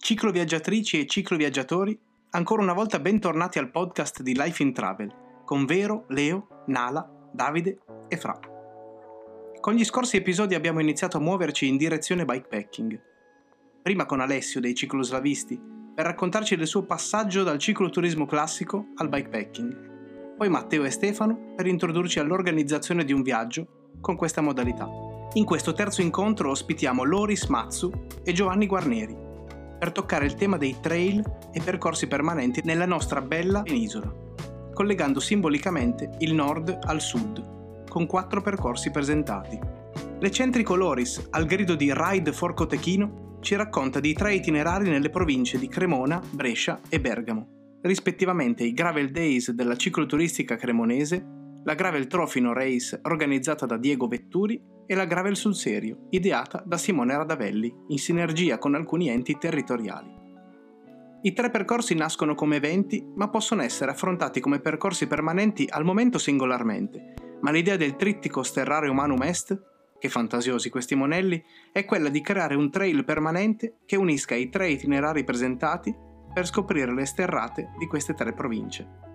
Cicloviaggiatrici e cicloviaggiatori, ancora una volta bentornati al podcast di Life in Travel con Vero, Leo, Nala, Davide e Fra. Con gli scorsi episodi abbiamo iniziato a muoverci in direzione bikepacking. Prima con Alessio dei Cicloslavisti per raccontarci del suo passaggio dal cicloturismo classico al bikepacking. Poi Matteo e Stefano per introdurci all'organizzazione di un viaggio con questa modalità. In questo terzo incontro ospitiamo Loris Matsu e Giovanni Guarneri per toccare il tema dei trail e percorsi permanenti nella nostra bella penisola, collegando simbolicamente il nord al sud, con 4 percorsi presentati. L'eccentrico Loris, al grido di Ride for Cotechino, ci racconta di 3 itinerari nelle province di Cremona, Brescia e Bergamo, rispettivamente i Gravel Days della cicloturistica cremonese, la Gravel Trofino Race organizzata da Diego Vetturi e la Gravel sul Serio, ideata da Simone Radavelli, in sinergia con alcuni enti territoriali. I 3 percorsi nascono come eventi, ma possono essere affrontati come percorsi permanenti al momento singolarmente, ma l'idea del trittico Sterrario Humanum Est, che fantasiosi questi monelli, è quella di creare un trail permanente che unisca i 3 itinerari presentati per scoprire le sterrate di queste 3 province.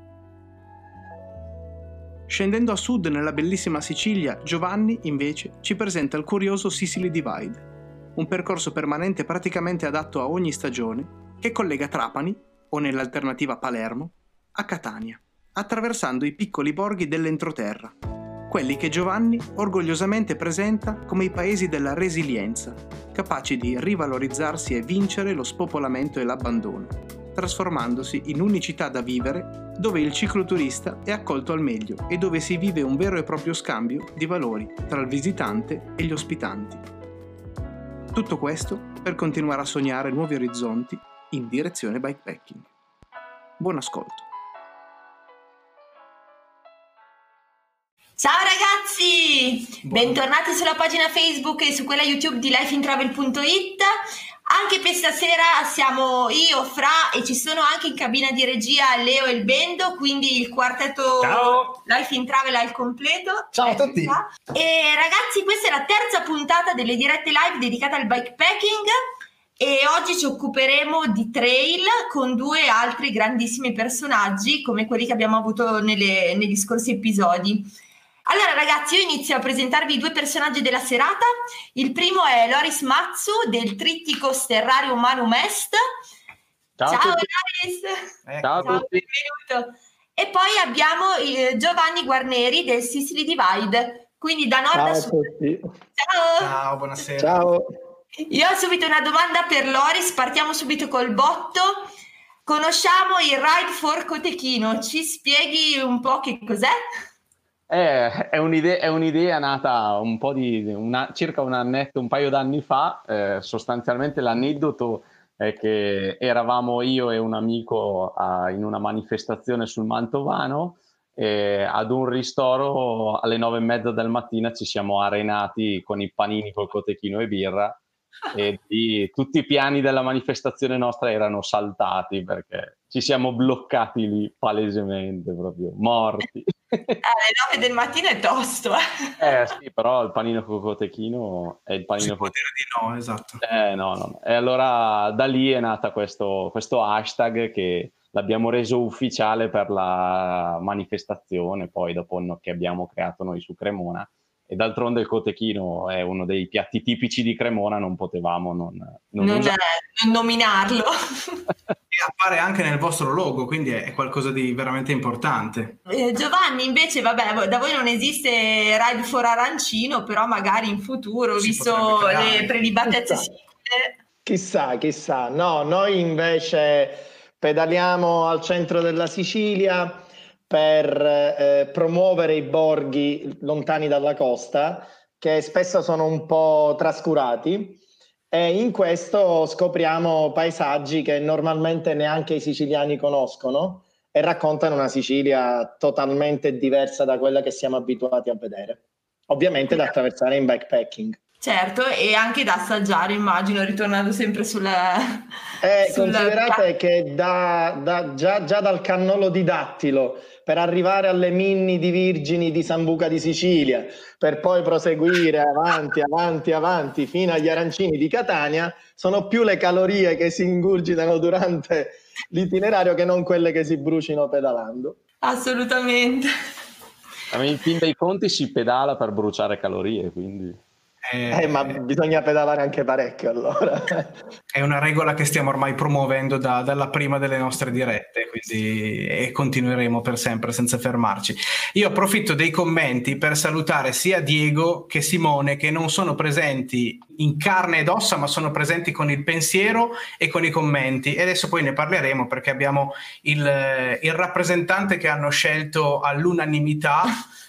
Scendendo a sud nella bellissima Sicilia, Giovanni, invece, ci presenta il curioso Sicily Divide, un percorso permanente praticamente adatto a ogni stagione che collega Trapani, o nell'alternativa Palermo, a Catania, attraversando i piccoli borghi dell'entroterra, quelli che Giovanni orgogliosamente presenta come i paesi della resilienza, capaci di rivalorizzarsi e vincere lo spopolamento e l'abbandono, trasformandosi in unicità da vivere dove il cicloturista è accolto al meglio e dove si vive un vero e proprio scambio di valori tra il visitante e gli ospitanti. Tutto questo per continuare a sognare nuovi orizzonti in direzione bikepacking. Buon ascolto. Ciao ragazzi! Bentornati sulla pagina Facebook e su quella YouTube di lifeintravel.it. Anche per stasera siamo io, Fra, e ci sono anche in cabina di regia Leo e il Bendo, quindi il quartetto Ciao. Life in Travel al completo. Ciao a tutti! E ragazzi, questa è la terza puntata delle dirette live dedicate al bikepacking e oggi ci occuperemo di trail con 2 altri grandissimi personaggi come quelli che abbiamo avuto negli scorsi episodi. Allora ragazzi, io inizio a presentarvi 2 personaggi della serata. Il primo è Loris Matsu del trittico Sterrario Humanum Est. Ciao Loris! Ciao a tutti! Benvenuto! E poi abbiamo Giovanni Guarneri del Sicily Divide, quindi da nord a sud. Ciao! Ciao, buonasera! Ciao! Io ho subito una domanda per Loris, partiamo subito col botto. Conosciamo il Ride for Cotechino, ci spieghi un po' che cos'è? È un'idea nata circa un annetto, un paio d'anni fa. Sostanzialmente l'aneddoto è che eravamo io e un amico in una manifestazione sul Mantovano e ad un ristoro alle 9:30 del mattino ci siamo arenati con i panini col cotechino e birra e tutti i piani della manifestazione nostra erano saltati perché ci siamo bloccati lì palesemente, proprio morti. Alle 9 del mattino è tosto. Sì, però il panino col cotechino è il panino. Si può dire di no, esatto. No. E allora da lì è nata questo hashtag che l'abbiamo reso ufficiale per la manifestazione, poi dopo che abbiamo creato noi su Cremona. E d'altronde il cotechino è uno dei piatti tipici di Cremona, non potevamo non nominarlo. E appare anche nel vostro logo, quindi è qualcosa di veramente importante. Giovanni, invece, vabbè, da voi non esiste Ride for Arancino, però magari in futuro, visto le prelibatezze sicure. Chissà. No, noi invece pedaliamo al centro della Sicilia per promuovere i borghi lontani dalla costa, che spesso sono un po' trascurati, e in questo scopriamo paesaggi che normalmente neanche i siciliani conoscono e raccontano una Sicilia totalmente diversa da quella che siamo abituati a vedere, ovviamente da attraversare in bikepacking. Certo, e anche da assaggiare, immagino, ritornando sempre sulla... Considerate che già dal cannolo di dattilo per arrivare alle Minni di Virgini di Sambuca di Sicilia, per poi proseguire avanti fino agli arancini di Catania, sono più le calorie che si ingurgitano durante l'itinerario che non quelle che si brucino pedalando. Assolutamente. In fin dei conti si pedala per bruciare calorie, quindi... Ma bisogna pedalare anche parecchio, allora. È una regola che stiamo ormai promuovendo dalla prima delle nostre dirette, quindi, e continueremo per sempre senza fermarci. Io approfitto dei commenti per salutare sia Diego che Simone, che non sono presenti in carne ed ossa, ma sono presenti con il pensiero e con i commenti, e adesso poi ne parleremo, perché abbiamo il rappresentante che hanno scelto all'unanimità,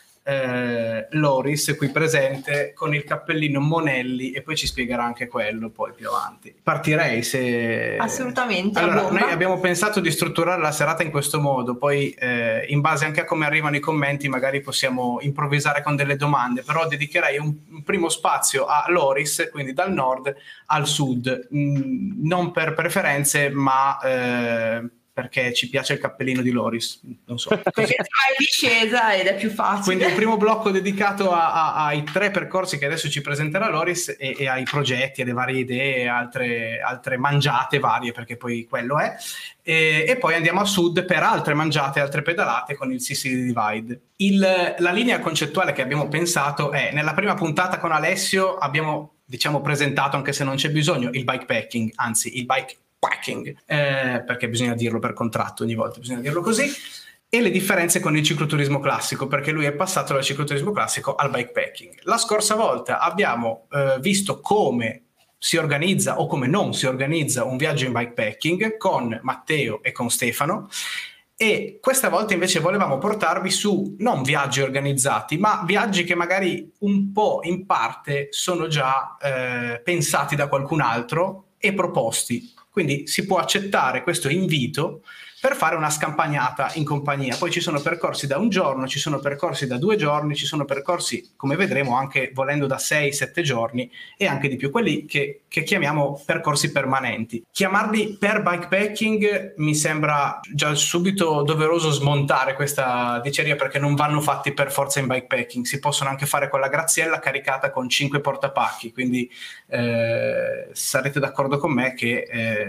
Loris, qui presente con il cappellino Monelli, e poi ci spiegherà anche quello poi più avanti. Partirei, se... Assolutamente. Allora, noi abbiamo pensato di strutturare la serata in questo modo, poi in base anche a come arrivano i commenti magari possiamo improvvisare con delle domande, però dedicherei un primo spazio a Loris, quindi dal nord al sud, non per preferenze, ma perché ci piace il cappellino di Loris, non so. Perché si va in discesa ed è più facile. Quindi un primo blocco dedicato ai 3 percorsi che adesso ci presenterà Loris, e ai progetti, alle varie idee, altre mangiate varie, perché poi quello è. E poi andiamo a sud per altre mangiate, altre pedalate con il Sicily Divide. La linea concettuale che abbiamo pensato è: nella prima puntata con Alessio abbiamo, diciamo, presentato, anche se non c'è bisogno, il bikepacking, anzi il bike packing, perché bisogna dirlo per contratto, ogni volta bisogna dirlo così, e le differenze con il cicloturismo classico, perché lui è passato dal cicloturismo classico al bikepacking. La scorsa volta abbiamo visto come si organizza o come non si organizza un viaggio in bikepacking con Matteo e con Stefano, e questa volta invece volevamo portarvi su non viaggi organizzati, ma viaggi che magari un po' in parte sono già pensati da qualcun altro e proposti. Quindi si può accettare questo invito per fare una scampagnata in compagnia. Poi ci sono percorsi da 1 giorno, ci sono percorsi da 2 giorni, ci sono percorsi, come vedremo, anche volendo da 6-7 giorni e anche di più, quelli che chiamiamo percorsi permanenti. Chiamarli per bikepacking mi sembra già subito doveroso smontare questa diceria, perché non vanno fatti per forza in bikepacking, si possono anche fare con la Graziella caricata con 5 portapacchi, quindi sarete d'accordo con me che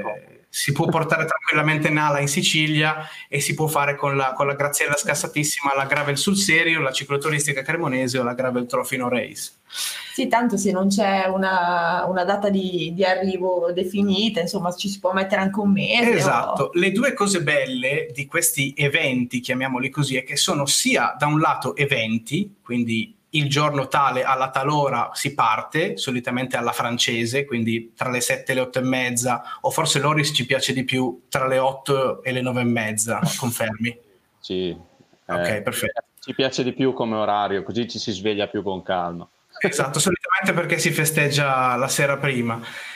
si può portare tranquillamente Nala in Sicilia, e si può fare con la Graziella scassatissima la gravel sul serio, la cicloturistica cremonese o la gravel trophy no race. Sì, tanto se non c'è una data di arrivo definita, insomma, ci si può mettere anche un mese. Esatto. Le 2 cose belle di questi eventi, chiamiamoli così, è che sono sia da un lato eventi, quindi il giorno tale alla tal ora si parte, solitamente alla francese, quindi tra le 7 e le 8 e mezza, o forse Loris ci piace di più tra le 8 e le 9 e mezza, confermi? Sì. Ok, perfetto. Ci piace di più come orario, così ci si sveglia più con calma. Esatto, solitamente perché si festeggia la sera prima.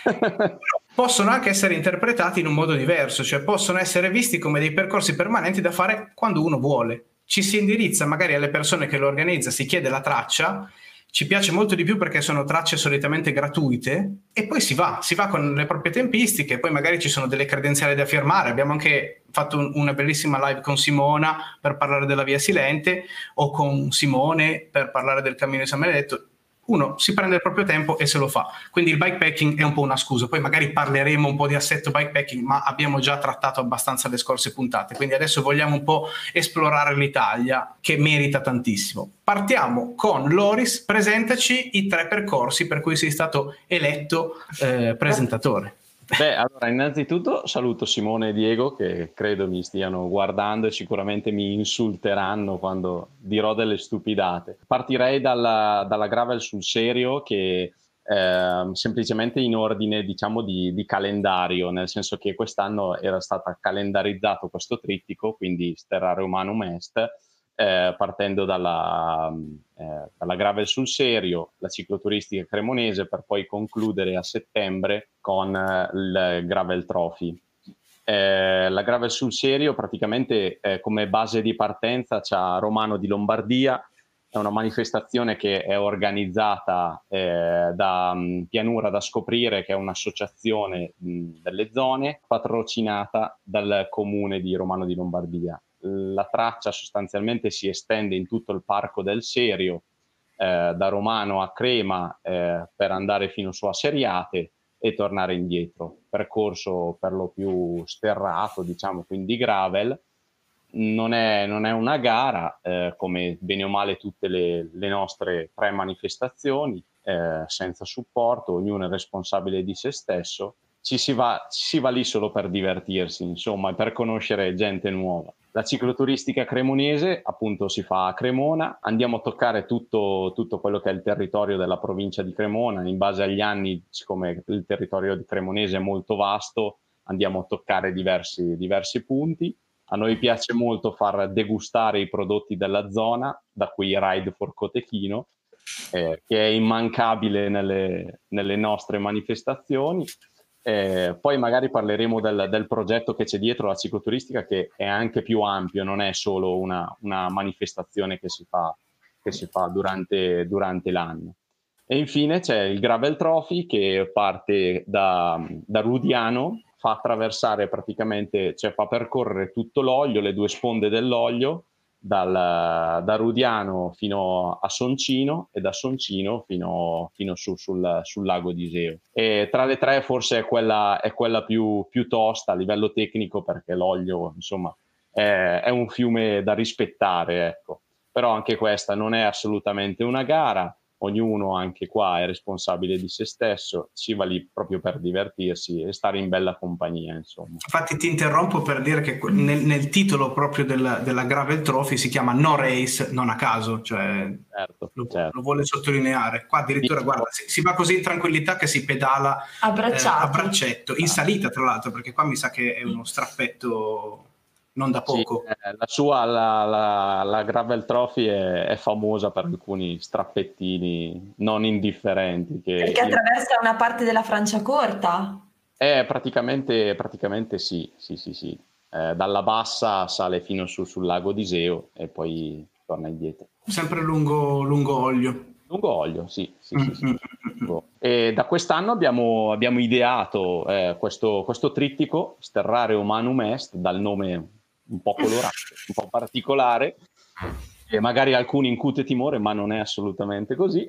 Possono anche essere interpretati in un modo diverso, cioè possono essere visti come dei percorsi permanenti da fare quando uno vuole. Ci si indirizza magari alle persone che lo organizza, si chiede la traccia, ci piace molto di più perché sono tracce solitamente gratuite, e poi si va con le proprie tempistiche. Poi magari ci sono delle credenziali da firmare. Abbiamo anche fatto una bellissima live con Simona per parlare della Via Silente, o con Simone per parlare del Cammino di San Benedetto. Uno si prende il proprio tempo e se lo fa, quindi il bikepacking è un po' una scusa. Poi magari parleremo un po' di assetto bikepacking, ma abbiamo già trattato abbastanza le scorse puntate, quindi adesso vogliamo un po' esplorare l'Italia, che merita tantissimo. Partiamo con Loris, presentaci i 3 percorsi per cui sei stato eletto presentatore. Beh, allora innanzitutto saluto Simone e Diego, che credo mi stiano guardando e sicuramente mi insulteranno quando dirò delle stupidate. Partirei dalla gravel sul serio, che semplicemente in ordine, diciamo, di calendario, nel senso che quest'anno era stato calendarizzato questo trittico, quindi Sterrare Humanum Est, partendo dalla gravel sul serio, la cicloturistica cremonese, per poi concludere a settembre con il gravel trophy. La gravel sul serio praticamente come base di partenza c'ha Romano di Lombardia, è una manifestazione che è organizzata da Pianura da Scoprire, che è un'associazione delle zone, patrocinata dal comune di Romano di Lombardia. La traccia sostanzialmente si estende in tutto il Parco del Serio, da Romano a Crema, per andare fino su a Seriate e tornare indietro. Percorso per lo più sterrato, diciamo, quindi gravel. Non è una gara, come bene o male tutte le nostre 3 manifestazioni, senza supporto, ognuno è responsabile di se stesso. Ci si va lì solo per divertirsi, insomma, e per conoscere gente nuova. La cicloturistica cremonese appunto si fa a Cremona, andiamo a toccare tutto quello che è il territorio della provincia di Cremona. In base agli anni, siccome il territorio di cremonese è molto vasto, andiamo a toccare diversi punti. A noi piace molto far degustare i prodotti della zona, da cui Ride for Cotechino, che è immancabile nelle nostre manifestazioni. Poi magari parleremo del progetto che c'è dietro la cicloturistica, che è anche più ampio, non è solo una manifestazione che si fa durante l'anno. E infine c'è il Gravel Trophy, che parte da Rudiano, fa attraversare praticamente, cioè fa percorrere tutto l'Oglio, le 2 sponde dell'Oglio, da Rudiano fino a Soncino e da Soncino fino su sul lago di Iseo. E tra le 3 forse è quella più tosta a livello tecnico, perché l'Oglio, insomma, è un fiume da rispettare, ecco. Però anche questa non è assolutamente una gara. Ognuno anche qua è responsabile di se stesso, si va lì proprio per divertirsi e stare in bella compagnia, insomma. Infatti ti interrompo per dire che nel titolo proprio della Gravel Trophy si chiama No Race, non a caso, cioè certo. Lo vuole sottolineare. Qua addirittura, guarda, si va così in tranquillità che si pedala a braccetto, in salita tra l'altro, perché qua mi sa che è uno strappetto non da poco. Sì, la Gravel Trophy è famosa per alcuni strappettini non indifferenti. Perché attraversa una parte della Franciacorta? Praticamente sì. Dalla bassa sale fino sul lago di Iseo e poi torna indietro. Sempre lungo Oglio. Lungo Oglio, sì. E da quest'anno abbiamo ideato questo trittico, Sterrare Humanum Est, dal nome un po' colorato, un po' particolare, e magari alcuni incute timore, ma non è assolutamente così.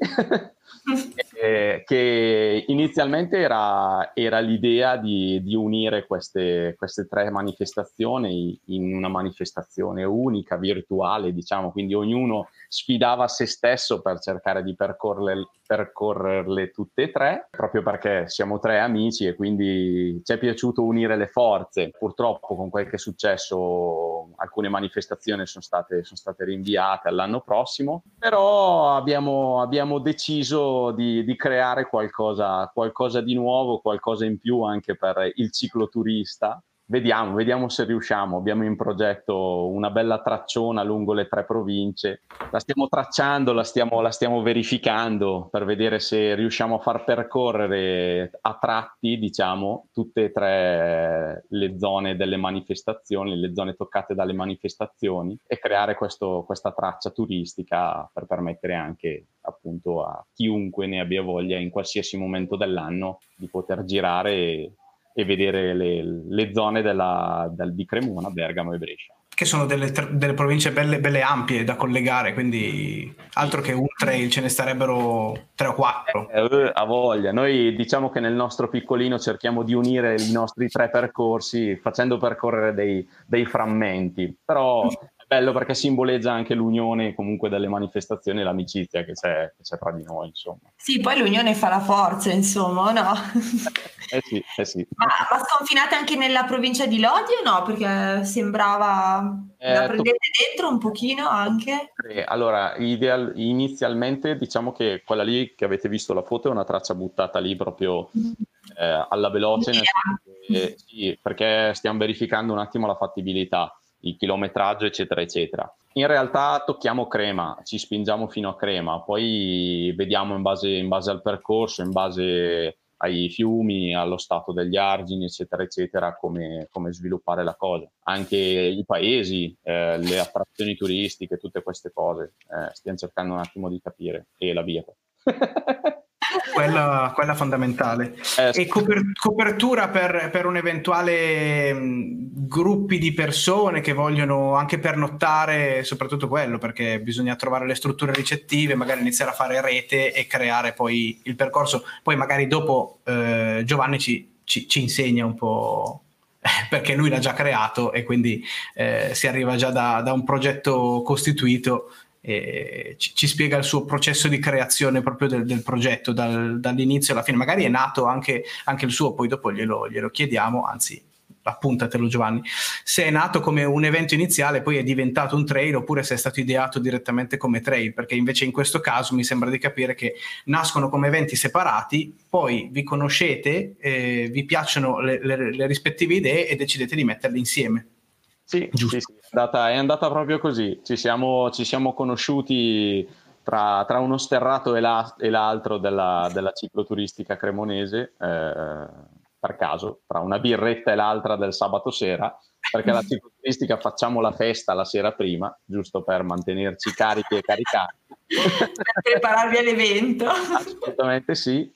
Che inizialmente era l'idea di unire queste 3 manifestazioni in una manifestazione unica, virtuale, diciamo, quindi ognuno sfidava se stesso per cercare di percorrerle tutte e 3, proprio perché siamo 3 amici e quindi ci è piaciuto unire le forze. Purtroppo con quel che è successo alcune manifestazioni sono state rinviate all'anno prossimo, però abbiamo deciso di creare qualcosa di nuovo, qualcosa in più anche per il cicloturista. Vediamo se riusciamo. Abbiamo in progetto una bella tracciona lungo le 3 province. La stiamo tracciando, la stiamo verificando per vedere se riusciamo a far percorrere a tratti, diciamo, tutte e 3 le zone delle manifestazioni, le zone toccate dalle manifestazioni, e creare questa traccia turistica per permettere anche appunto a chiunque ne abbia voglia in qualsiasi momento dell'anno di poter girare e vedere le zone di Cremona, Bergamo e Brescia. Che sono delle province belle ampie da collegare, quindi altro che un trail, ce ne starebbero 3 o 4. A voglia. Noi diciamo che nel nostro piccolino cerchiamo di unire i nostri 3 percorsi facendo percorrere dei frammenti, però bello perché simboleggia anche l'unione comunque delle manifestazioni e l'amicizia che c'è tra di noi, insomma. Sì, poi l'unione fa la forza, insomma, no? Sì. Ma sconfinate anche nella provincia di Lodi o no? Perché sembrava la prendete dentro un pochino anche? Allora, inizialmente diciamo che quella lì che avete visto la foto è una traccia buttata lì proprio alla veloce, sì, perché stiamo verificando un attimo la fattibilità, il chilometraggio, eccetera eccetera. In realtà tocchiamo Crema, ci spingiamo fino a Crema, poi vediamo in base al percorso, in base ai fiumi, allo stato degli argini, eccetera, eccetera, come sviluppare la cosa. Anche i paesi, le attrazioni turistiche, tutte queste cose, stiamo cercando un attimo di capire, e la birra. Quella fondamentale. E copertura per un eventuale gruppi di persone che vogliono anche pernottare, soprattutto quello, perché bisogna trovare le strutture ricettive, magari iniziare a fare rete e creare poi il percorso. Poi magari dopo Giovanni ci insegna un po', perché lui l'ha già creato e quindi si arriva già da un progetto costituito. E ci spiega il suo processo di creazione proprio del progetto dall'inizio alla fine. Magari è nato anche il suo, poi dopo glielo chiediamo, anzi appuntatelo Giovanni, se è nato come un evento iniziale poi è diventato un trail, oppure se è stato ideato direttamente come trail, perché invece in questo caso mi sembra di capire che nascono come eventi separati, poi vi conoscete, vi piacciono le rispettive idee e decidete di metterle insieme. Sì, sì, è andata proprio così. Ci siamo conosciuti tra uno sterrato e l'altro della cicloturistica cremonese, per caso, tra una birretta e l'altra del sabato sera, perché la cicloturistica facciamo la festa la sera prima, giusto per mantenerci carichi e caricati. Per prepararvi all'evento. Assolutamente sì.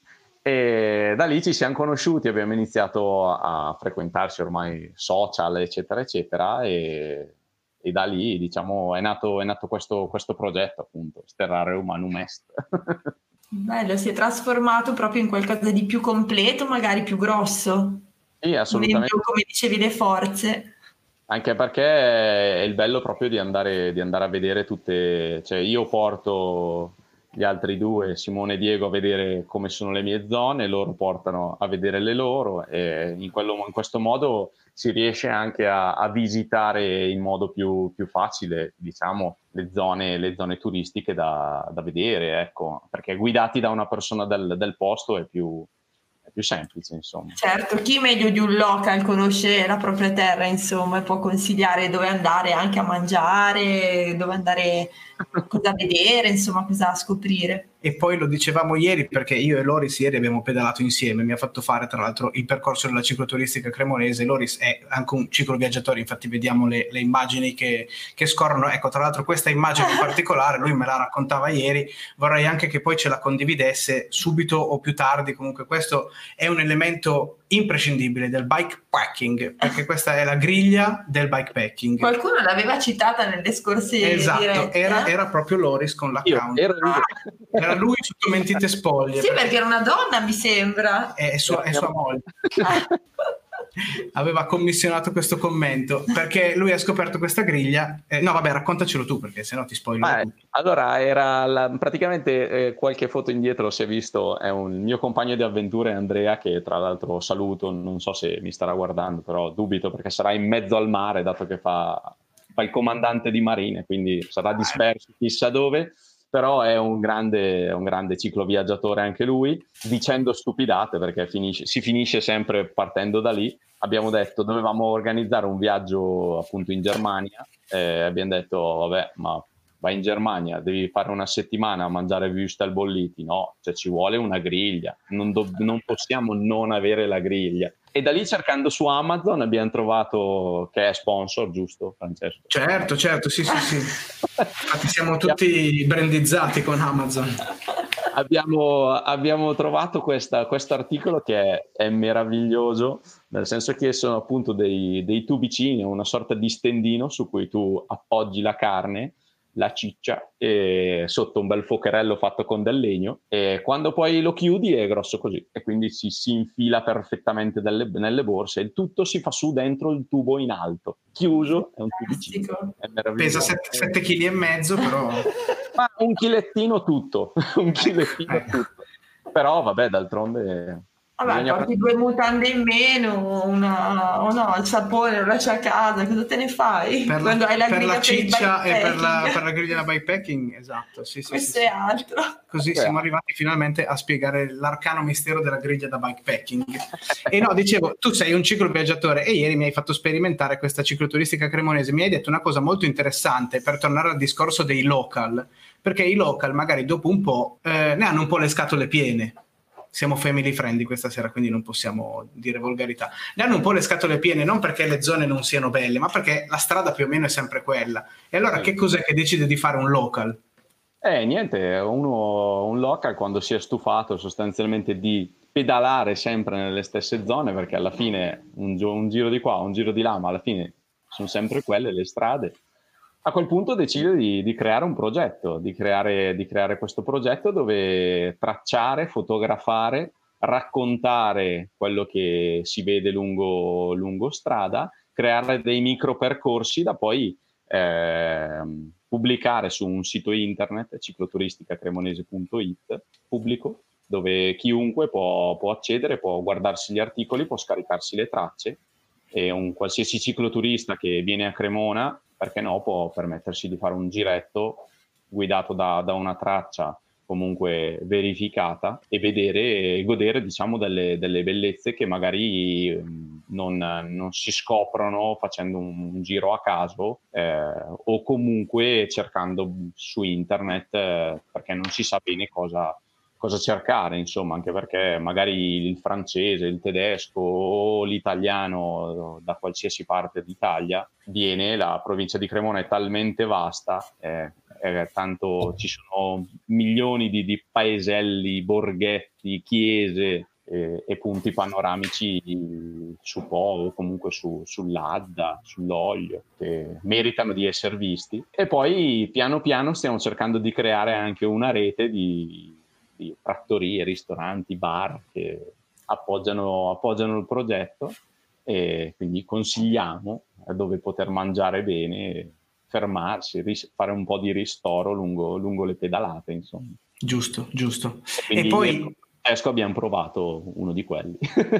E da lì ci siamo conosciuti, abbiamo iniziato a frequentarsi ormai social, eccetera, eccetera, e da lì, diciamo, è nato questo progetto, appunto, Sterrare Humanum Est. Bello, si è trasformato proprio in qualcosa di più completo, magari più grosso. Sì, assolutamente. Come dicevi, le forze. Anche perché è il bello proprio di andare a vedere tutte, cioè io porto gli altri due, Simone e Diego, a vedere come sono le mie zone, loro portano a vedere le loro, e in questo modo si riesce anche a visitare in modo più facile, diciamo, le zone turistiche da vedere, ecco, perché guidati da una persona del posto è più semplice, insomma. Certo, chi meglio di un local conosce la propria terra, insomma, e può consigliare dove andare anche a mangiare, dove andare, cosa vedere, insomma, cosa scoprire. E poi lo dicevamo ieri, perché io e Loris ieri abbiamo pedalato insieme, mi ha fatto fare tra l'altro il percorso della cicloturistica cremonese. Loris è anche un cicloviaggiatore, infatti vediamo le immagini che scorrono. Ecco, tra l'altro questa immagine in particolare lui me la raccontava ieri, vorrei anche che poi ce la condividesse subito o più tardi. Comunque questo è un elemento imprescindibile del bikepacking, perché questa è la griglia del bikepacking. Qualcuno l'aveva citata nelle scorse esatto, dirette. Era proprio Loris con l'account. Era lui sotto mentite spoglie. Sì, perché era una donna, mi sembra. È sua moglie. Aveva commissionato questo commento perché lui ha scoperto questa griglia. No, vabbè, raccontacelo tu, perché sennò ti spoiler. Allora, era praticamente qualche foto indietro si è visto, è un mio compagno di avventure, Andrea, che tra l'altro saluto, non so se mi starà guardando, però dubito, perché sarà in mezzo al mare, dato che fa il comandante di marine, quindi sarà disperso chissà dove. Però è un grande cicloviaggiatore anche lui, dicendo stupidate, perché si finisce sempre partendo da lì. Abbiamo detto, dovevamo organizzare un viaggio appunto in Germania, abbiamo detto, vabbè, ma vai in Germania, devi fare una settimana a mangiare würstel bolliti, no? Cioè ci vuole una griglia, non possiamo non avere la griglia. E da lì, cercando su Amazon, abbiamo trovato, che è sponsor, giusto Francesco? Certo, sì. Infatti siamo tutti brandizzati con Amazon. Abbiamo trovato questo articolo che è meraviglioso, nel senso che sono appunto dei tubicini, una sorta di stendino su cui tu appoggi la carne, la ciccia, e sotto un bel fuocherello fatto con del legno, e quando poi lo chiudi è grosso così, e quindi si infila perfettamente nelle borse. Il tutto si fa su dentro il tubo in alto, chiuso, è un tubicino, è meraviglioso. Pesa 7,5 kg, però ma un chilettino tutto tutto, però vabbè, d'altronde vabbè, porti 2 mutande in meno, o no, il sapone lo lasci a casa, cosa te ne fai? Quando hai la griglia per la ciccia e per la griglia da bikepacking, esatto. Sì, questo è altro. Così siamo arrivati finalmente a spiegare l'arcano mistero della griglia da bikepacking. E no, dicevo, tu sei un cicloviaggiatore e ieri mi hai fatto sperimentare questa cicloturistica cremonese. Mi hai detto una cosa molto interessante, per tornare al discorso dei local, perché i local magari dopo un po' ne hanno un po' le scatole piene. siamo family friendly questa sera, quindi non possiamo dire volgarità. Ne hanno un po' le scatole piene, non perché le zone non siano belle, ma perché la strada più o meno è sempre quella. E allora che cos'è che decide di fare un local? Niente, un local quando si è stufato sostanzialmente di pedalare sempre nelle stesse zone, perché alla fine un giro di qua, un giro di là, ma alla fine sono sempre quelle le strade. A quel punto decide di creare un progetto, di creare questo progetto dove tracciare, fotografare, raccontare quello che si vede lungo strada, creare dei micro percorsi da poi pubblicare su un sito internet, cicloturisticacremonese.it, pubblico, dove chiunque può accedere, può guardarsi gli articoli, può scaricarsi le tracce, e un qualsiasi cicloturista che viene a Cremona, perché no, può permettersi di fare un giretto guidato da una traccia comunque verificata e vedere e godere, diciamo, delle bellezze che magari non si scoprono facendo un giro a caso o comunque cercando su internet, perché non si sa bene cosa cercare, insomma, anche perché magari il francese, il tedesco o l'italiano da qualsiasi parte d'Italia viene, la provincia di Cremona è talmente vasta, tanto ci sono milioni di paeselli, borghetti, chiese e punti panoramici su Po o comunque sull'Adda, sull'Oglio, che meritano di essere visti. E poi piano piano stiamo cercando di creare anche una rete di trattorie, ristoranti, bar che appoggiano il progetto, e quindi consigliamo dove poter mangiare bene, fermarsi, fare un po' di ristoro lungo le pedalate, insomma. Giusto. Quindi E poi abbiamo provato uno di quelli.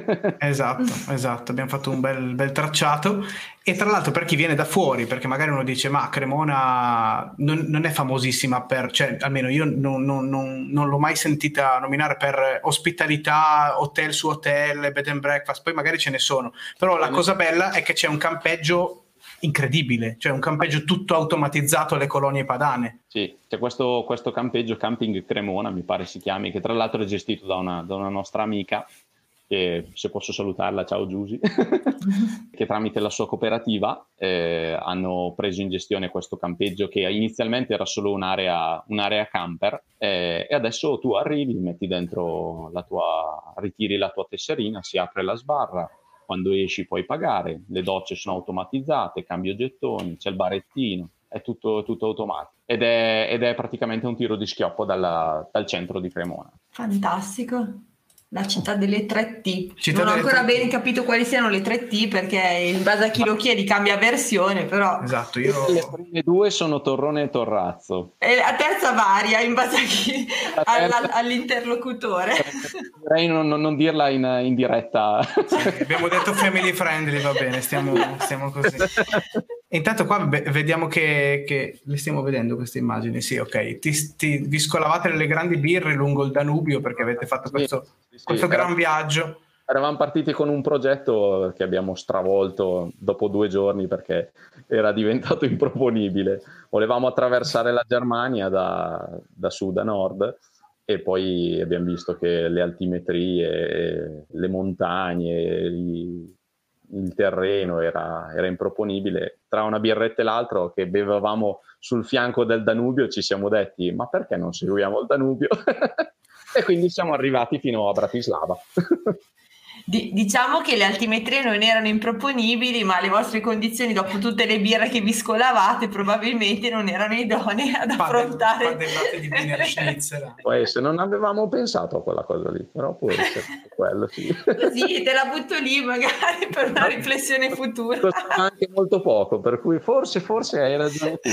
Esatto, abbiamo fatto un bel tracciato. E tra l'altro, per chi viene da fuori, perché magari uno dice ma Cremona non è famosissima cioè almeno io non l'ho mai sentita nominare per ospitalità, hotel su hotel, bed and breakfast, poi magari ce ne sono, però la cosa bella è che c'è un campeggio incredibile, cioè un campeggio tutto automatizzato alle colonie padane. Sì, c'è questo campeggio, Camping Cremona mi pare si chiami, che tra l'altro è gestito da una nostra amica, che, se posso salutarla, ciao Giusy, che tramite la sua cooperativa hanno preso in gestione questo campeggio, che inizialmente era solo un'area camper, e adesso tu arrivi, metti dentro ritiri la tua tesserina, si apre la sbarra, quando esci puoi pagare, le docce sono automatizzate, cambio gettoni, c'è il barettino, è tutto automatico ed è praticamente un tiro di schioppo dal centro di Cremona. Fantastico. La città delle 3T. Non ho ancora bene capito quali siano le 3T, perché in base a chi lo chiedi cambia versione, però... Esatto, le prime due sono Torrone e Torrazzo. E la terza varia in base a chi, all'interlocutore. Vorrei non dirla in diretta. Sì, abbiamo detto family friendly, va bene, stiamo così. E intanto qua vediamo che le stiamo vedendo queste immagini. Sì, ok. Vi scolavate nelle grandi birre lungo il Danubio perché avete fatto questo gran viaggio. Eravamo partiti con un progetto che abbiamo stravolto dopo 2 giorni perché era diventato improponibile. Volevamo attraversare la Germania da sud a nord, e poi abbiamo visto che le altimetrie, le montagne, il terreno era improponibile. Tra una birretta e l'altro, che bevevamo sul fianco del Danubio, ci siamo detti: ma perché non seguiamo il Danubio? E quindi siamo arrivati fino a Bratislava. Diciamo che le altimetrie non erano improponibili, ma le vostre condizioni dopo tutte le birre che vi scolavate probabilmente non erano idonee ad affrontare. Padellate di Wiener Schnitzel. Può essere, non avevamo pensato a quella cosa lì, però può essere quello, sì. Così te la butto lì magari per una riflessione futura. Costa anche molto poco, per cui forse hai ragione tu.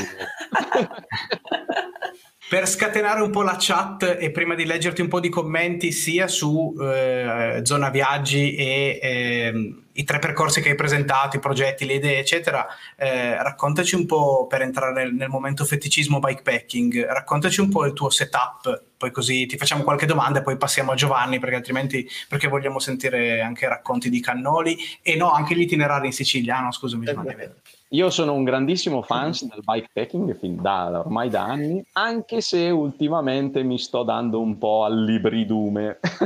Per scatenare un po' la chat e prima di leggerti un po' di commenti sia su Zona Viaggi e i 3 percorsi che hai presentato, i progetti, le idee eccetera, raccontaci un po', per entrare nel momento feticismo bikepacking, raccontaci un po' il tuo setup, poi così ti facciamo qualche domanda e poi passiamo a Giovanni, perché vogliamo sentire anche racconti di cannoli e anche gli itinerari in Sicilia. No, scusami Giovanni. Io sono un grandissimo fan del bikepacking ormai da anni, anche se ultimamente mi sto dando un po' all'ibridume.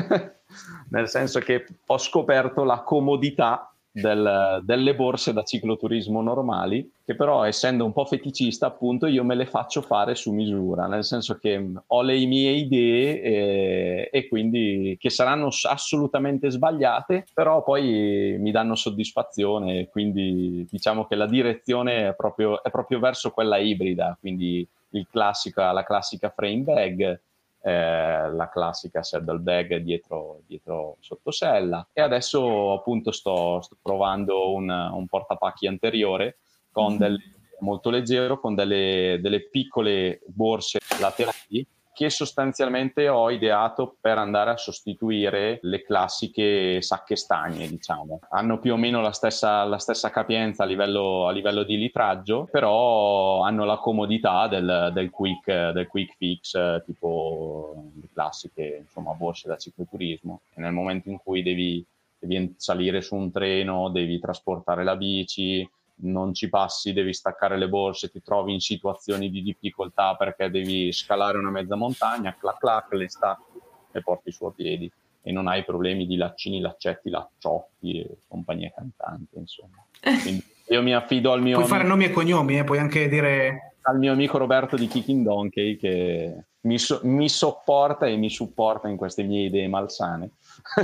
nel senso che ho scoperto la comodità delle borse da cicloturismo normali, che però, essendo un po' feticista, appunto, io me le faccio fare su misura, nel senso che ho le mie idee e quindi che saranno assolutamente sbagliate, però poi mi danno soddisfazione, quindi diciamo che la direzione è proprio verso quella ibrida, quindi la classica frame bag, la classica saddlebag dietro sottosella, e adesso appunto sto provando un portapacchi anteriore con molto leggero, con delle piccole borse laterali che sostanzialmente ho ideato per andare a sostituire le classiche sacche stagne, diciamo. Hanno più o meno la stessa capienza a livello di litraggio, però hanno la comodità del quick fix, tipo le classiche, insomma, borse da cicloturismo. E nel momento in cui devi salire su un treno, devi trasportare la bici, non ci passi, devi staccare le borse, ti trovi in situazioni di difficoltà perché devi scalare una mezza montagna, clac clac, le stacchi e porti su a piedi, e non hai problemi di laccini, laccetti, lacciotti e compagnia cantante, insomma. Quindi io mi affido al mio puoi fare nomi e cognomi, puoi anche dire al mio amico Roberto di Kicking Donkey, che mi sopporta e mi supporta in queste mie idee malsane.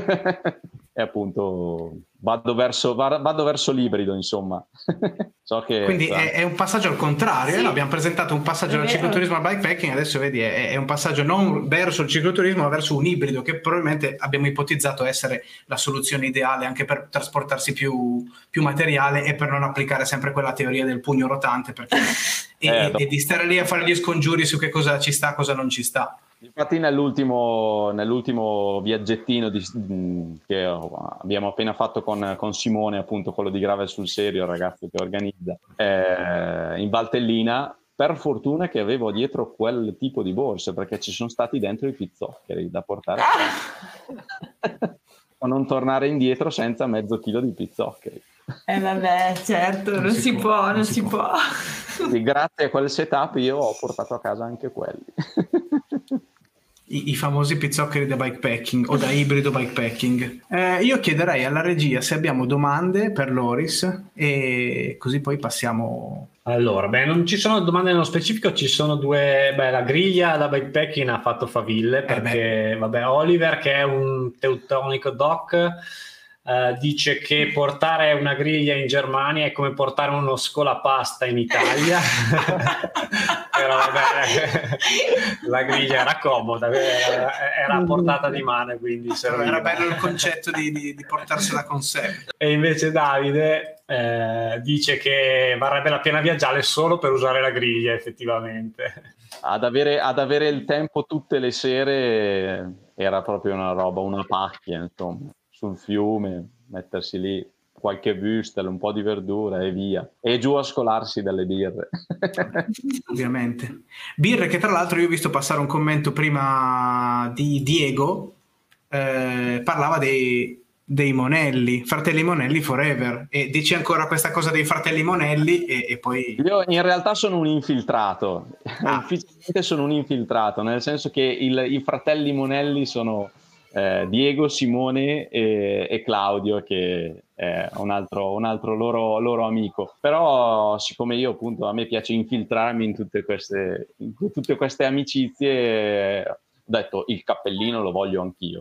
E appunto vado verso l'ibrido, insomma. So che quindi è un passaggio al contrario, sì. Abbiamo presentato un passaggio dal cicloturismo al bikepacking, adesso vedi è un passaggio non verso il cicloturismo ma verso un ibrido, che probabilmente abbiamo ipotizzato essere la soluzione ideale anche per trasportarsi più materiale e per non applicare sempre quella teoria del pugno rotante, perché e di stare lì a fare gli scongiuri su che cosa ci sta, cosa non ci sta. Infatti nell'ultimo viaggettino che abbiamo appena fatto con Simone, appunto quello di Gravel sul Serio, il ragazzo che organizza, in Valtellina, per fortuna che avevo dietro quel tipo di borse, perché ci sono stati dentro i pizzoccheri da portare o non tornare indietro senza mezzo chilo di pizzoccheri. Vabbè, certo, non si può. Quindi, grazie a quel setup io ho portato a casa anche quelli. I famosi pizzoccheri da bikepacking o da ibrido bikepacking. Io chiederei alla regia se abbiamo domande per Loris, e così poi passiamo. Allora, non ci sono domande nello specifico, ci sono due. La griglia da bikepacking ha fatto faville, perché Oliver, che è un teutonico doc, dice che portare una griglia in Germania è come portare uno scolapasta in Italia. Però la griglia era comoda, era a portata di mano, quindi era bello il concetto di portarsela con sé. E invece Davide dice che varrebbe la pena viaggiare solo per usare la griglia, effettivamente. Ad avere il tempo tutte le sere era proprio una roba, una pacchia, insomma, sul fiume, mettersi lì, qualche würstel, un po' di verdura e via, e giù a scolarsi dalle birre. Ovviamente birre che, tra l'altro, io ho visto passare un commento prima di Diego, parlava dei Monelli, fratelli Monelli forever, e dici ancora questa cosa dei fratelli Monelli e poi... Io in realtà sono un infiltrato, ufficialmente sono un infiltrato, nel senso che i fratelli Monelli sono Diego, Simone e Claudio, che è un altro loro amico. Però siccome io, appunto, a me piace infiltrarmi in tutte queste amicizie, ho detto il cappellino lo voglio anch'io.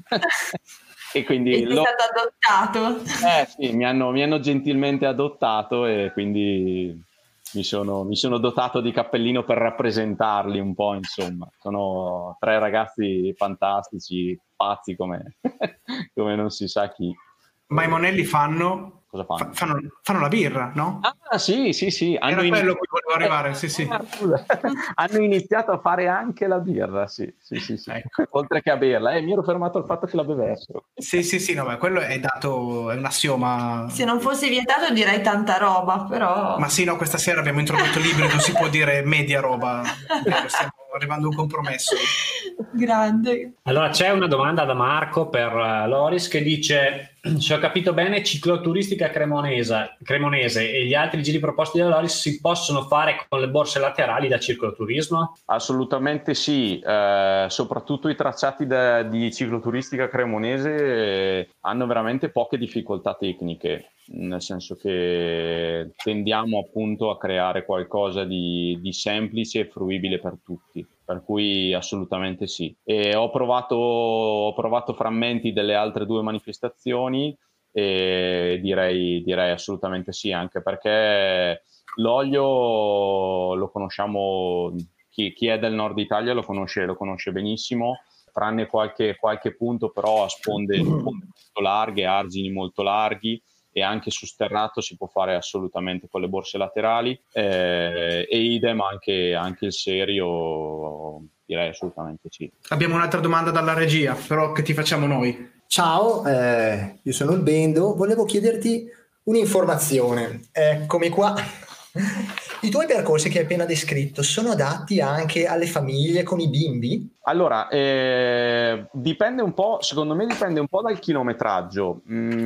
E quindi sei stato adottato. Sì, mi hanno gentilmente adottato, e quindi mi sono dotato di cappellino per rappresentarli un po', insomma. Sono 3 ragazzi fantastici, pazzi come non si sa chi. Ma i Monelli fanno? Cosa fanno? Fanno la birra, no? Ah, sì. Era quello cui volevo arrivare, sì. Hanno iniziato a fare anche la birra, sì. Ecco. Oltre che a berla. Mi ero fermato al fatto che la bevessero. Sì, no, quello è un assioma. Se non fosse vietato direi tanta roba, però... Ma sì, no, questa sera abbiamo introdotto l'ibrido, si può dire media roba. Stiamo arrivando a un compromesso. Grande. Allora, c'è una domanda da Marco per Loris, che dice: se ho capito bene, cicloturistica cremonese e gli altri giri proposti da Loris si possono fare con le borse laterali da cicloturismo? Assolutamente sì, soprattutto i tracciati di cicloturistica cremonese hanno veramente poche difficoltà tecniche, nel senso che tendiamo appunto a creare qualcosa di semplice e fruibile per tutti, per cui assolutamente sì. E ho provato frammenti delle altre 2 manifestazioni e direi assolutamente sì, anche perché l'olio lo conosciamo, chi è del nord Italia lo conosce benissimo, tranne qualche punto però a sponde molto larghe, argini molto larghi, e anche su sterrato si può fare assolutamente con le borse laterali, e idem anche il serio, direi assolutamente sì. Abbiamo un'altra domanda dalla regia, però che ti facciamo noi. Ciao, io sono il Bendo, volevo chiederti un'informazione. Eccomi qua. I tuoi percorsi che hai appena descritto sono adatti anche alle famiglie con i bimbi? Allora, dipende un po', secondo me dipende un po' dal chilometraggio,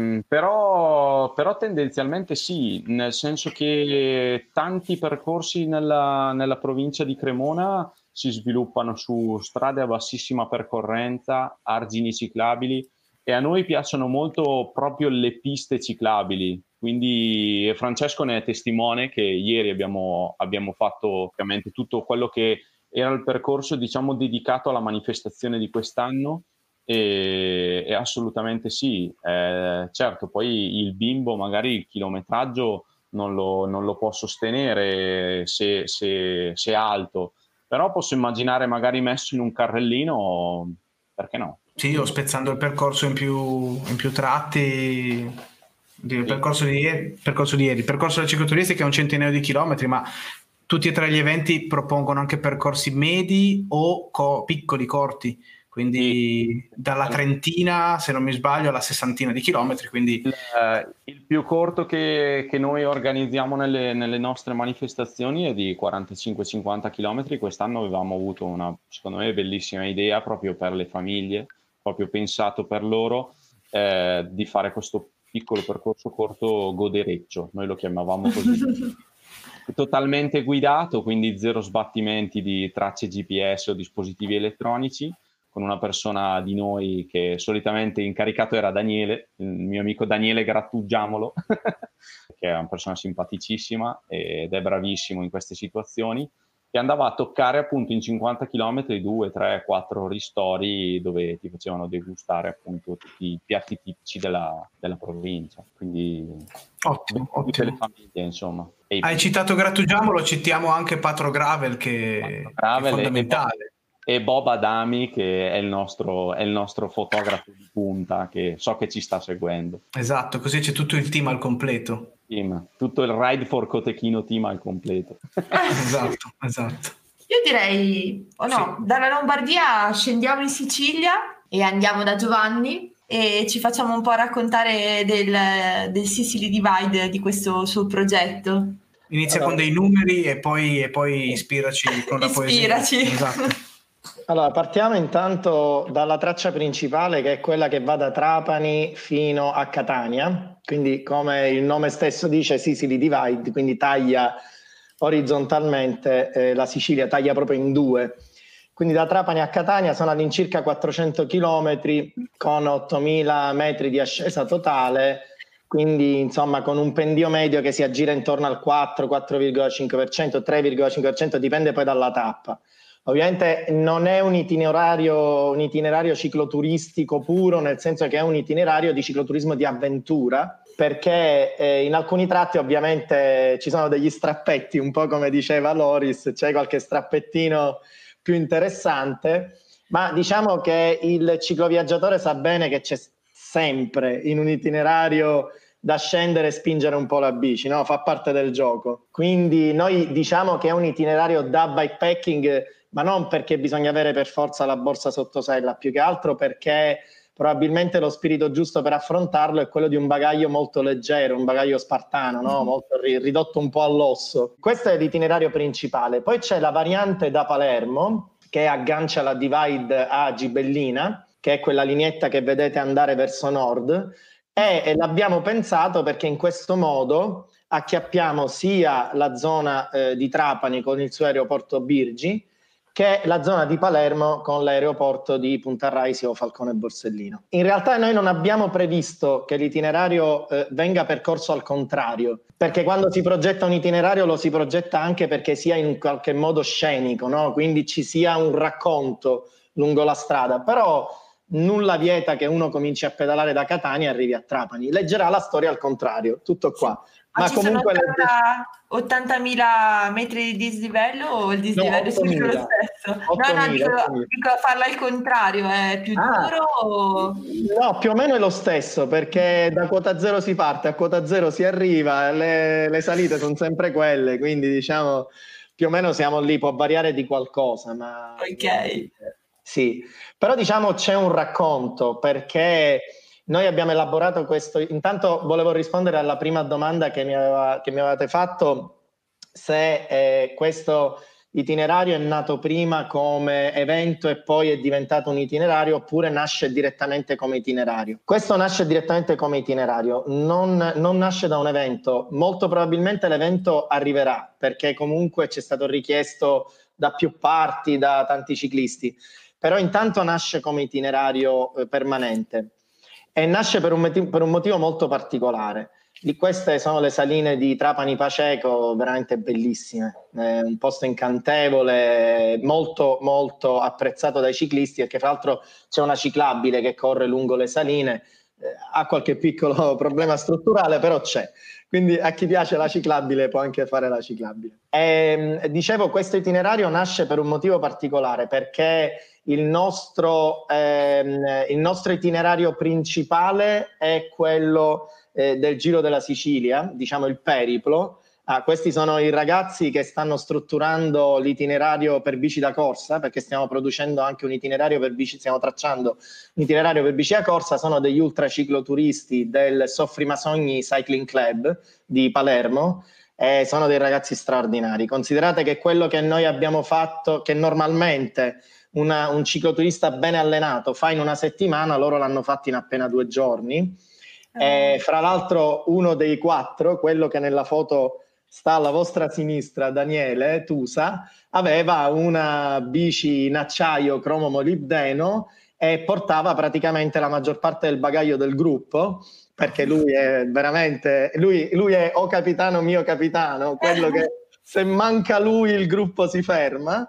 però tendenzialmente sì, nel senso che tanti percorsi nella provincia di Cremona si sviluppano su strade a bassissima percorrenza, argini ciclabili, e a noi piacciono molto proprio le piste ciclabili. Quindi Francesco ne è testimone, che ieri abbiamo fatto ovviamente tutto quello che era il percorso, diciamo, dedicato alla manifestazione di quest'anno, e assolutamente sì. Certo, poi il bimbo magari il chilometraggio non lo può sostenere se è alto, però posso immaginare magari messo in un carrellino, perché no? Sì, o spezzando il percorso in più tratti. Il percorso di ieri, il percorso della cicloturistica è un centinaio di chilometri, ma tutti e 3 gli eventi propongono anche percorsi medi o piccoli, corti, quindi dalla trentina, se non mi sbaglio, alla 60 di chilometri. Quindi il più corto che noi organizziamo nelle nostre manifestazioni è di 45-50 chilometri. Quest'anno avevamo avuto una, secondo me, bellissima idea proprio per le famiglie, proprio pensato per loro, di fare questo piccolo percorso corto godereccio, noi lo chiamavamo così. Totalmente guidato, quindi 0 sbattimenti di tracce GPS o dispositivi elettronici, con una persona di noi che solitamente incaricato era Daniele, il mio amico Daniele Grattugiamolo, che è una persona simpaticissima ed è bravissimo in queste situazioni, che andava a toccare appunto in 50 km 2, 3, 4 ristori dove ti facevano degustare appunto tutti i piatti tipici della provincia. Quindi ottimo. Tutte le famiglie, insomma. Hai citato Grattugiamolo, citiamo anche Patro Gravel, che è fondamentale. E Bob Adami, che è il nostro fotografo di punta, che so che ci sta seguendo. Esatto, così c'è tutto il team al completo. Tutto il Ride for Cotechino team al completo. Esatto. Io direi, dalla Lombardia scendiamo in Sicilia e andiamo da Giovanni e ci facciamo un po' raccontare del Sicily Divide, di questo suo progetto. Inizia con dei numeri e poi ispiraci con la poesia. Esatto. Allora, partiamo intanto dalla traccia principale, che è quella che va da Trapani fino a Catania, quindi come il nome stesso dice Sicily Divide, quindi taglia orizzontalmente la Sicilia, taglia proprio in 2. Quindi da Trapani a Catania sono all'incirca 400 km con 8.000 metri di ascesa totale, quindi insomma con un pendio medio che si aggira intorno al 4,5%, 3,5%, dipende poi dalla tappa. Ovviamente non è un itinerario cicloturistico puro, nel senso che è un itinerario di cicloturismo di avventura, perché in alcuni tratti ovviamente ci sono degli strappetti, un po' come diceva Loris, c'è qualche strappettino più interessante, ma diciamo che il cicloviaggiatore sa bene che c'è sempre in un itinerario da scendere e spingere un po' la bici, no? Fa parte del gioco. Quindi noi diciamo che è un itinerario da bikepacking, ma non perché bisogna avere per forza la borsa sottosella, più che altro perché probabilmente lo spirito giusto per affrontarlo è quello di un bagaglio molto leggero, un bagaglio spartano, no? Molto ridotto un po' all'osso. Questo è l'itinerario principale. Poi c'è la variante da Palermo, che aggancia la Divide a Gibellina, che è quella lineetta che vedete andare verso nord, E l'abbiamo pensato perché in questo modo acchiappiamo sia la zona di Trapani con il suo aeroporto Birgi, che la zona di Palermo con l'aeroporto di Punta Raisi o Falcone Borsellino. In realtà noi non abbiamo previsto che l'itinerario venga percorso al contrario, perché quando si progetta un itinerario lo si progetta anche perché sia in qualche modo scenico, no? Quindi ci sia un racconto lungo la strada, però nulla vieta che uno cominci a pedalare da Catania e arrivi a Trapani. Leggerà la storia al contrario, tutto qua. Ma ci comunque sono 80.000 metri di dislivello o il dislivello è sempre lo stesso? 8.000, dico farlo al contrario, è più duro o... No, più o meno è lo stesso, perché da quota zero si parte, a quota zero si arriva, le salite sono sempre quelle, quindi diciamo più o meno siamo lì, può variare di qualcosa, ma... Ok. Sì, però diciamo c'è un racconto, perché noi abbiamo elaborato questo. Intanto volevo rispondere alla prima domanda che mi avevate fatto, se questo itinerario è nato prima come evento e poi è diventato un itinerario, oppure nasce direttamente come itinerario. Questo nasce direttamente come itinerario, non nasce da un evento. Molto probabilmente l'evento arriverà, perché comunque ci è stato richiesto da più parti, da tanti ciclisti, però intanto nasce come itinerario permanente. E nasce per un motivo molto particolare. Queste sono le saline di Trapani Paceco, veramente bellissime, un posto incantevole, molto molto apprezzato dai ciclisti, perché fra l'altro c'è una ciclabile che corre lungo le saline, ha qualche piccolo problema strutturale, però c'è. Quindi a chi piace la ciclabile può anche fare la ciclabile. Dicevo, questo itinerario nasce per un motivo particolare, perché il nostro itinerario principale è quello del Giro della Sicilia, diciamo il periplo. Questi sono i ragazzi che stanno strutturando l'itinerario per bici da corsa, perché stiamo producendo anche un itinerario per bici, stiamo tracciando un itinerario per bici da corsa. Sono degli ultracicloturisti del Soffrimasogni Cycling Club di Palermo, e sono dei ragazzi straordinari. Considerate che quello che noi abbiamo fatto, che normalmente un cicloturista ben allenato fa in una settimana, loro l'hanno fatto in appena 2 giorni. Fra l'altro uno dei 4, quello che nella foto sta alla vostra sinistra, Daniele Tusa, aveva una bici in acciaio cromo molibdeno e portava praticamente la maggior parte del bagaglio del gruppo, perché lui è veramente, lui è o capitano mio capitano, quello che se manca lui il gruppo si ferma.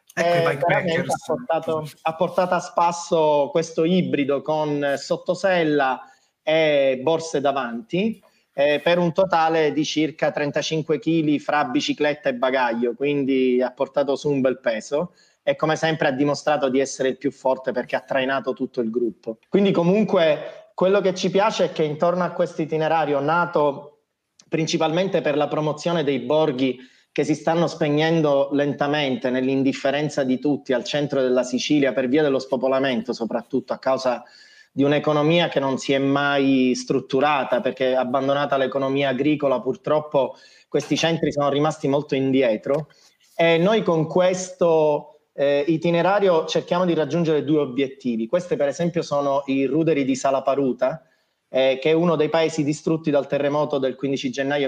Ha portato a spasso questo ibrido con sottosella e borse davanti, per un totale di circa 35 kg fra bicicletta e bagaglio, quindi ha portato su un bel peso e come sempre ha dimostrato di essere il più forte, perché ha trainato tutto il gruppo. Quindi comunque quello che ci piace è che intorno a questo itinerario, nato principalmente per la promozione dei borghi che si stanno spegnendo lentamente nell'indifferenza di tutti al centro della Sicilia per via dello spopolamento, soprattutto a causa di un'economia che non si è mai strutturata, perché abbandonata l'economia agricola purtroppo questi centri sono rimasti molto indietro, e noi con questo itinerario cerchiamo di raggiungere 2 obiettivi. Questi per esempio sono i ruderi di Salaparuta, che è uno dei paesi distrutti dal terremoto del 15 gennaio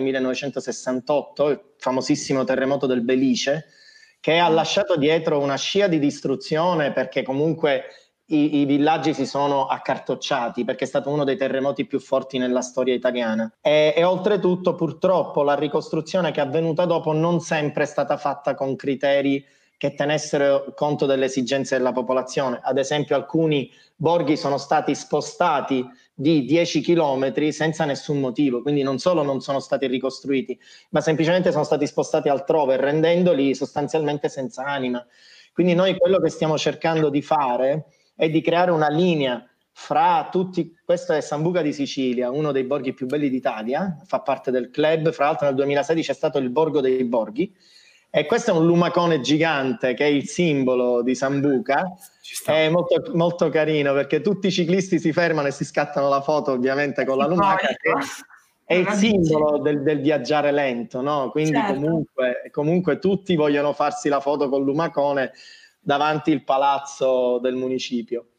1968, il famosissimo terremoto del Belice, che ha lasciato dietro una scia di distruzione, perché comunque i villaggi si sono accartocciati, perché è stato uno dei terremoti più forti nella storia italiana. E oltretutto purtroppo la ricostruzione che è avvenuta dopo non sempre è stata fatta con criteri che tenessero conto delle esigenze della popolazione. Ad esempio alcuni borghi sono stati spostati di 10 chilometri senza nessun motivo, quindi non solo non sono stati ricostruiti, ma semplicemente sono stati spostati altrove, rendendoli sostanzialmente senza anima. Quindi noi quello che stiamo cercando di fare è di creare una linea fra tutti. Questo è Sambuca di Sicilia, uno dei borghi più belli d'Italia, fa parte del club, fra l'altro nel 2016 è stato il borgo dei borghi, e questo è un lumacone gigante che è il simbolo di Sambuca. È molto, molto carino, perché tutti i ciclisti si fermano e si scattano la foto ovviamente con la lumaca, che è il simbolo del viaggiare lento, no? Quindi certo. comunque tutti vogliono farsi la foto col lumacone davanti il palazzo del municipio.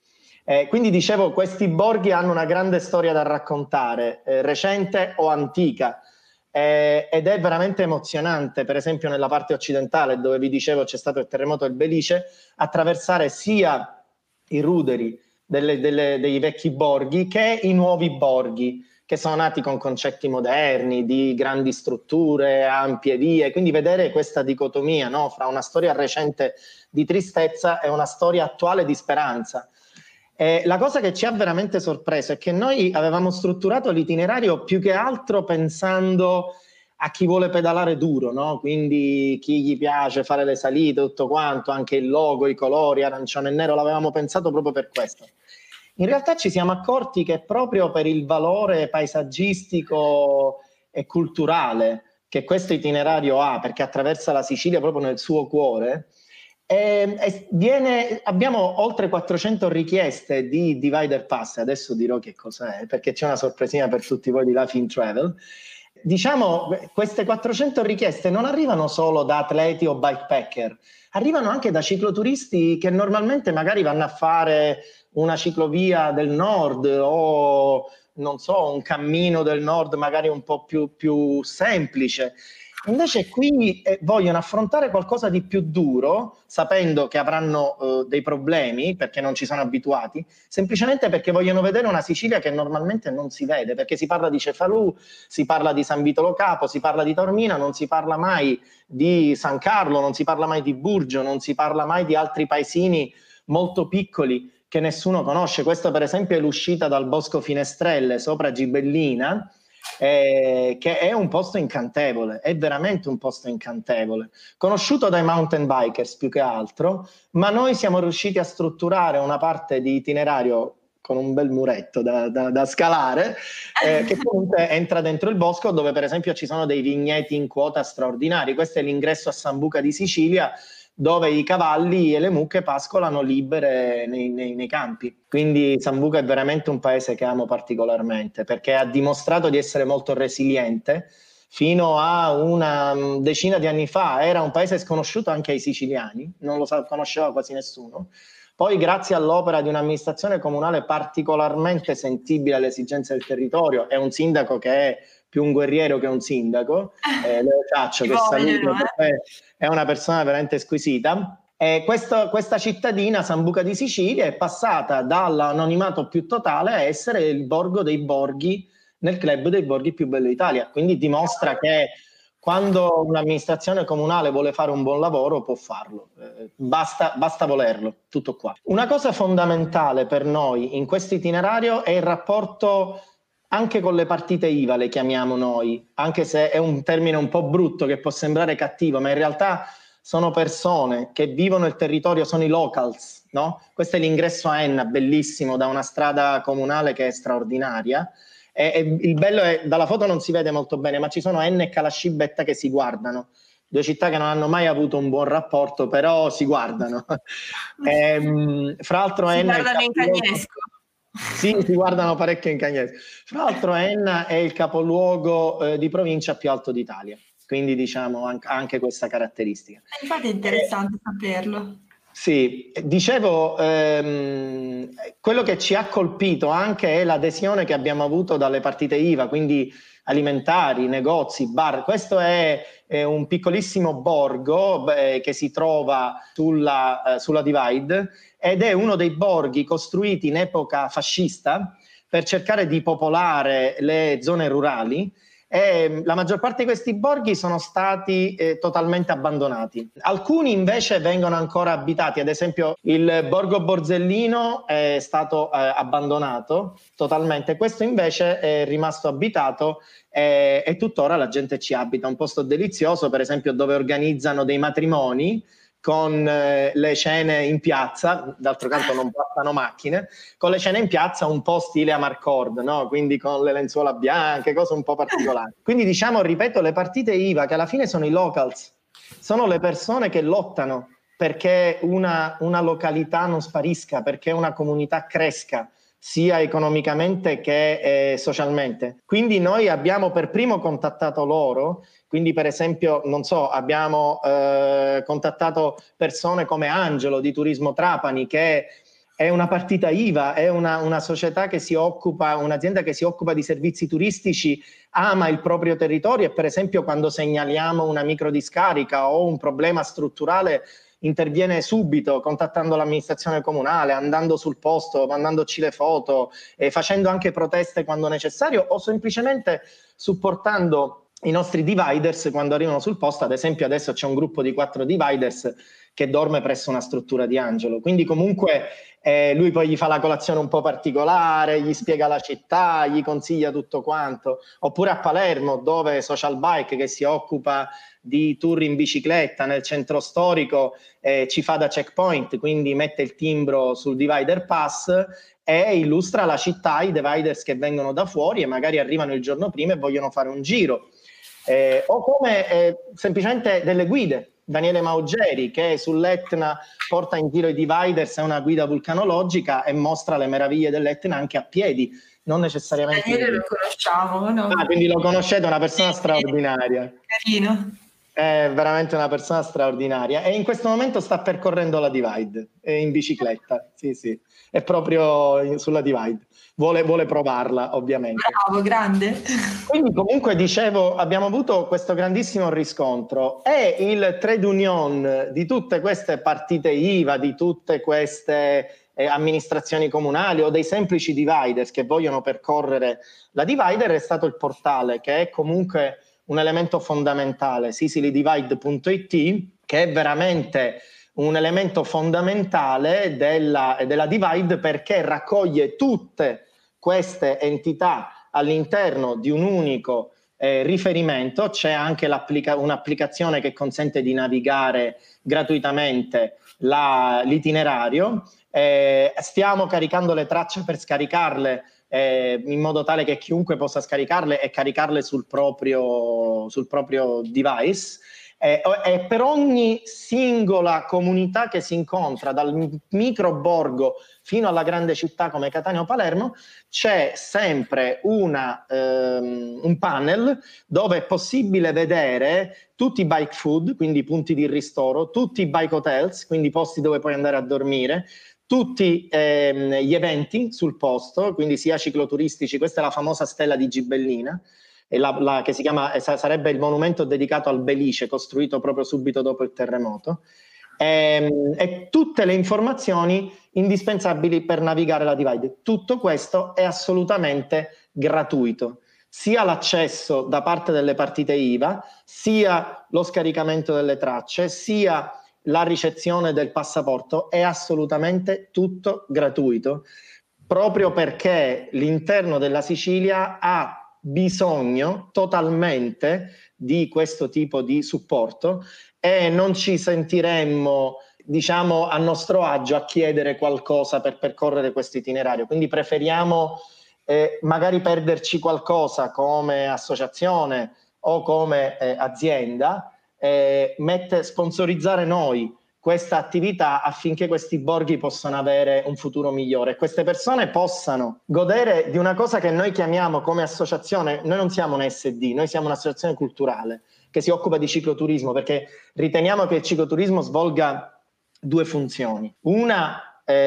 Quindi dicevo, questi borghi hanno una grande storia da raccontare, recente o antica, ed è veramente emozionante. Per esempio nella parte occidentale, dove vi dicevo c'è stato il terremoto del Belice, attraversare sia i ruderi dei vecchi borghi che i nuovi borghi, che sono nati con concetti moderni, di grandi strutture, ampie vie, quindi vedere questa dicotomia, no, fra una storia recente di tristezza e una storia attuale di speranza. La cosa che ci ha veramente sorpreso è che noi avevamo strutturato l'itinerario più che altro pensando a chi vuole pedalare duro, no? Quindi chi gli piace fare le salite, tutto quanto, anche il logo, i colori, arancione e nero, l'avevamo pensato proprio per questo. In realtà ci siamo accorti che proprio per il valore paesaggistico e culturale che questo itinerario ha, perché attraversa la Sicilia proprio nel suo cuore, abbiamo oltre 400 richieste di Divider Pass. Adesso dirò che cos'è, perché c'è una sorpresina per tutti voi di Life in Travel. Diciamo, queste 400 richieste non arrivano solo da atleti o bikepacker, arrivano anche da cicloturisti che normalmente magari vanno a fare una ciclovia del nord o, non so, un cammino del nord magari un po' più semplice. Invece qui vogliono affrontare qualcosa di più duro, sapendo che avranno dei problemi perché non ci sono abituati, semplicemente perché vogliono vedere una Sicilia che normalmente non si vede, perché si parla di Cefalù, si parla di San Vitolo Capo, si parla di Taormina, non si parla mai di San Carlo, non si parla mai di Burgio, non si parla mai di altri paesini molto piccoli che nessuno conosce. Questo per esempio è l'uscita dal Bosco Finestrelle sopra Gibellina, che è un posto incantevole, è veramente un posto incantevole, conosciuto dai mountain bikers più che altro, ma noi siamo riusciti a strutturare una parte di itinerario con un bel muretto da scalare, che comunque entra dentro il bosco, dove per esempio ci sono dei vigneti in quota straordinari. Questo è l'ingresso a Sambuca di Sicilia, dove i cavalli e le mucche pascolano libere nei campi. Quindi Sambuca è veramente un paese che amo particolarmente, perché ha dimostrato di essere molto resiliente. Fino a una decina di anni fa era un paese sconosciuto anche ai siciliani, non lo conosceva quasi nessuno. Poi grazie all'opera di un'amministrazione comunale particolarmente sensibile alle esigenze del territorio e un sindaco che è più un guerriero che un sindaco, Leo Ciaccio, che saluto, è una persona veramente squisita. Questa cittadina, Sambuca di Sicilia, è passata dall'anonimato più totale a essere il borgo dei borghi nel club dei borghi più bello d'Italia. Quindi dimostra che quando un'amministrazione comunale vuole fare un buon lavoro può farlo, basta volerlo, tutto qua. Una cosa fondamentale per noi in questo itinerario è il rapporto anche con le partite IVA, le chiamiamo noi, anche se è un termine un po' brutto che può sembrare cattivo, ma in realtà sono persone che vivono il territorio, sono i locals, no? Questo è l'ingresso a Enna, bellissimo, da una strada comunale che è straordinaria. E il bello è, dalla foto non si vede molto bene, ma ci sono Enna e Calascibetta che si guardano, due città che non hanno mai avuto un buon rapporto, però si guardano. Fra l'altro si Enna guardano in cagnesco. Sì, si guardano parecchio in cagnesco. Fra l'altro Enna è il capoluogo di provincia più alto d'Italia, quindi diciamo anche questa caratteristica. Infatti è interessante saperlo. Sì, dicevo, quello che ci ha colpito anche è l'adesione che abbiamo avuto dalle partite IVA, quindi alimentari, negozi, bar. Questo è un piccolissimo borgo che si trova sulla Divide ed è uno dei borghi costruiti in epoca fascista per cercare di popolare le zone rurali. La maggior parte di questi borghi sono stati totalmente abbandonati. Alcuni invece vengono ancora abitati, ad esempio il Borgo Borzellino è stato abbandonato totalmente, questo invece è rimasto abitato e tuttora la gente ci abita, un posto delizioso per esempio dove organizzano dei matrimoni con le cene in piazza, d'altro canto non passano macchine, con le cene in piazza un po' stile Amarcord, no? Quindi con le lenzuola bianche, cose un po' particolari. Quindi diciamo, ripeto, le partite IVA che alla fine sono i locals, sono le persone che lottano perché una località non sparisca, perché una comunità cresca, sia economicamente che socialmente. Quindi noi abbiamo per primo contattato loro. Quindi per esempio, non so, abbiamo contattato persone come Angelo di Turismo Trapani che è una partita IVA, è una società che si occupa, un'azienda che si occupa di servizi turistici, ama il proprio territorio e per esempio quando segnaliamo una microdiscarica o un problema strutturale interviene subito contattando l'amministrazione comunale, andando sul posto, mandandoci le foto, facendo anche proteste quando necessario o semplicemente supportando i nostri dividers quando arrivano sul posto. Ad esempio adesso c'è un gruppo di 4 dividers che dorme presso una struttura di Angelo, quindi comunque lui poi gli fa la colazione un po' particolare, gli spiega la città, gli consiglia tutto quanto. Oppure a Palermo, dove Social Bike, che si occupa di tour in bicicletta nel centro storico, ci fa da checkpoint, quindi mette il timbro sul Divider Pass e illustra la città ai dividers che vengono da fuori e magari arrivano il giorno prima e vogliono fare un giro. O come semplicemente delle guide. Daniele Maugeri, che sull'Etna porta in giro i dividers, è una guida vulcanologica e mostra le meraviglie dell'Etna anche a piedi, non necessariamente. Daniele lo conosciamo, no? Quindi lo conoscete, è una persona straordinaria. Carino. È veramente una persona straordinaria e in questo momento sta percorrendo la Divide in bicicletta, sì, è proprio sulla Divide, vuole provarla ovviamente. Bravo, grande. Quindi comunque dicevo, abbiamo avuto questo grandissimo riscontro e il trade union di tutte queste partite IVA, di tutte queste amministrazioni comunali o dei semplici dividers che vogliono percorrere la Divider è stato il portale, che è comunque un elemento fondamentale, sicilydivide.it, che è veramente un elemento fondamentale della Divide perché raccoglie tutte queste entità all'interno di un unico riferimento. C'è anche un'applicazione che consente di navigare gratuitamente l'itinerario. Stiamo caricando le tracce per scaricarle in modo tale che chiunque possa scaricarle e caricarle sul proprio device. E per ogni singola comunità che si incontra, dal micro borgo fino alla grande città come Catania o Palermo, c'è sempre un panel dove è possibile vedere tutti i bike food, quindi punti di ristoro, tutti i bike hotels, quindi posti dove puoi andare a dormire, tutti gli eventi sul posto, quindi sia cicloturistici, questa è la famosa stella di Gibellina, che si chiama, sarebbe il monumento dedicato al Belice, costruito proprio subito dopo il terremoto, e tutte le informazioni indispensabili per navigare la Divide. Tutto questo è assolutamente gratuito, sia l'accesso da parte delle partite IVA, sia lo scaricamento delle tracce, sia la ricezione del passaporto, è assolutamente tutto gratuito, proprio perché l'interno della Sicilia ha bisogno totalmente di questo tipo di supporto e non ci sentiremmo, diciamo, a nostro agio a chiedere qualcosa per percorrere questo itinerario. Quindi preferiamo magari perderci qualcosa come associazione o come azienda, sponsorizzare noi questa attività affinché questi borghi possano avere un futuro migliore e queste persone possano godere di una cosa che noi chiamiamo come associazione. Noi non siamo un SD, noi siamo un'associazione culturale che si occupa di cicloturismo, perché riteniamo che il cicloturismo svolga due funzioni. Una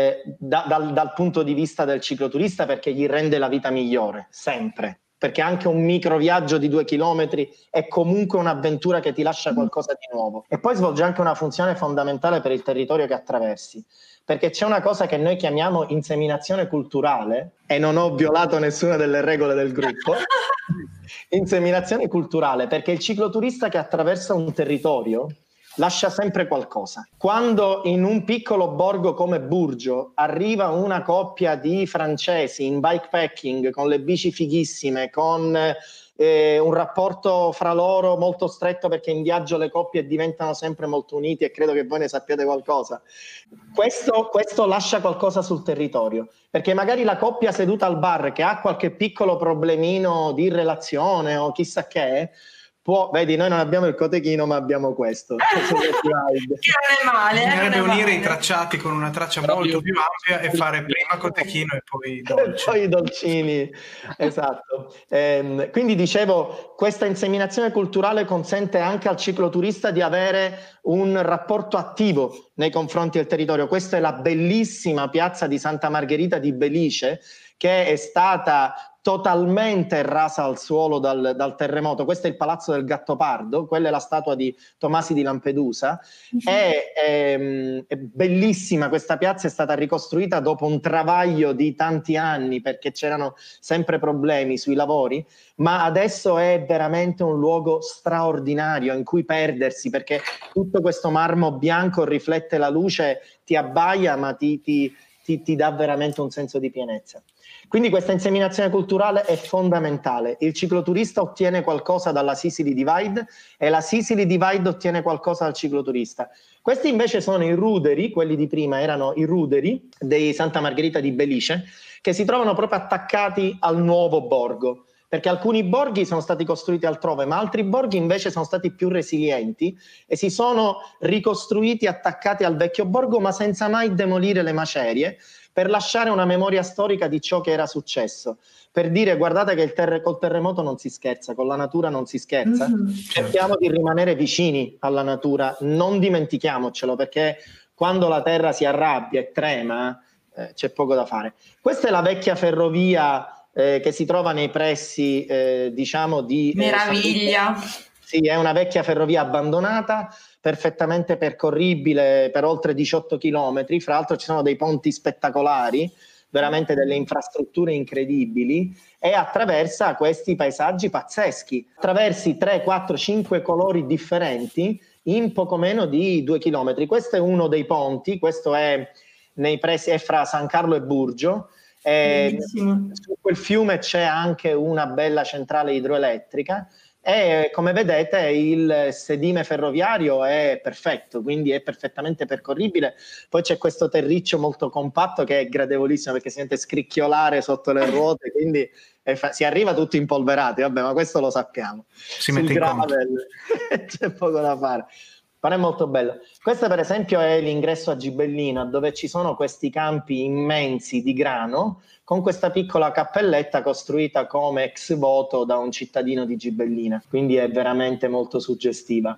dal punto di vista del cicloturista, perché gli rende la vita migliore, sempre, perché anche un micro viaggio di 2 chilometri è comunque un'avventura che ti lascia qualcosa di nuovo. E poi svolge anche una funzione fondamentale per il territorio che attraversi, perché c'è una cosa che noi chiamiamo inseminazione culturale, e non ho violato nessuna delle regole del gruppo, inseminazione culturale, perché il cicloturista che attraversa un territorio lascia sempre qualcosa. Quando in un piccolo borgo come Burgio arriva una coppia di francesi in bikepacking con le bici fighissime, con un rapporto fra loro molto stretto, perché in viaggio le coppie diventano sempre molto unite e credo che voi ne sappiate qualcosa, questo lascia qualcosa sul territorio, perché magari la coppia seduta al bar che ha qualche piccolo problemino di relazione o chissà che, Vedi, noi non abbiamo il cotechino, ma abbiamo questo. Che non è male. Bisognerebbe unire i tracciati con una traccia molto più ampia e fare prima cotechino e poi dolce. Poi i dolcini, esatto. Quindi dicevo, questa inseminazione culturale consente anche al cicloturista di avere un rapporto attivo nei confronti del territorio. Questa è la bellissima piazza di Santa Margherita di Belice, che è stata totalmente rasa al suolo dal terremoto. Questo è il Palazzo del Gattopardo, quella è la statua di Tomasi di Lampedusa. È bellissima questa piazza, è stata ricostruita dopo un travaglio di tanti anni perché c'erano sempre problemi sui lavori, ma adesso è veramente un luogo straordinario in cui perdersi, perché tutto questo marmo bianco riflette la luce, ti abbaia, ma ti dà veramente un senso di pienezza. Quindi questa inseminazione culturale è fondamentale. Il cicloturista ottiene qualcosa dalla Sicily Divide e la Sicily Divide ottiene qualcosa dal cicloturista. Questi invece sono i ruderi, quelli di prima erano i ruderi dei Santa Margherita di Belice, che si trovano proprio attaccati al nuovo borgo, perché alcuni borghi sono stati costruiti altrove, ma altri borghi invece sono stati più resilienti e si sono ricostruiti attaccati al vecchio borgo, ma senza mai demolire le macerie, per lasciare una memoria storica di ciò che era successo, per dire guardate che col terremoto non si scherza, con la natura non si scherza, cerchiamo di rimanere vicini alla natura, non dimentichiamocelo, perché quando la terra si arrabbia e trema c'è poco da fare. Questa è la vecchia ferrovia che si trova nei pressi diciamo di Meraviglia. Sì, è una vecchia ferrovia abbandonata, perfettamente percorribile per oltre 18 chilometri. Fra l'altro ci sono dei ponti spettacolari, veramente delle infrastrutture incredibili, e attraversa questi paesaggi pazzeschi. Attraversi 3, 4, 5 colori differenti in poco meno di 2 chilometri. Questo è uno dei ponti, questo è nei pressi, è fra San Carlo e Burgio. Su quel fiume c'è anche una bella centrale idroelettrica. E come vedete il sedime ferroviario è perfetto, quindi è perfettamente percorribile. Poi c'è questo terriccio molto compatto che è gradevolissimo perché si sente scricchiolare sotto le ruote, quindi si arriva tutti impolverati, vabbè, ma questo lo sappiamo. Si mette in conto. C'è poco da fare. Ma è molto bello. Questo per esempio è l'ingresso a Gibellina, dove ci sono questi campi immensi di grano con questa piccola cappelletta costruita come ex voto da un cittadino di Gibellina, quindi è veramente molto suggestiva.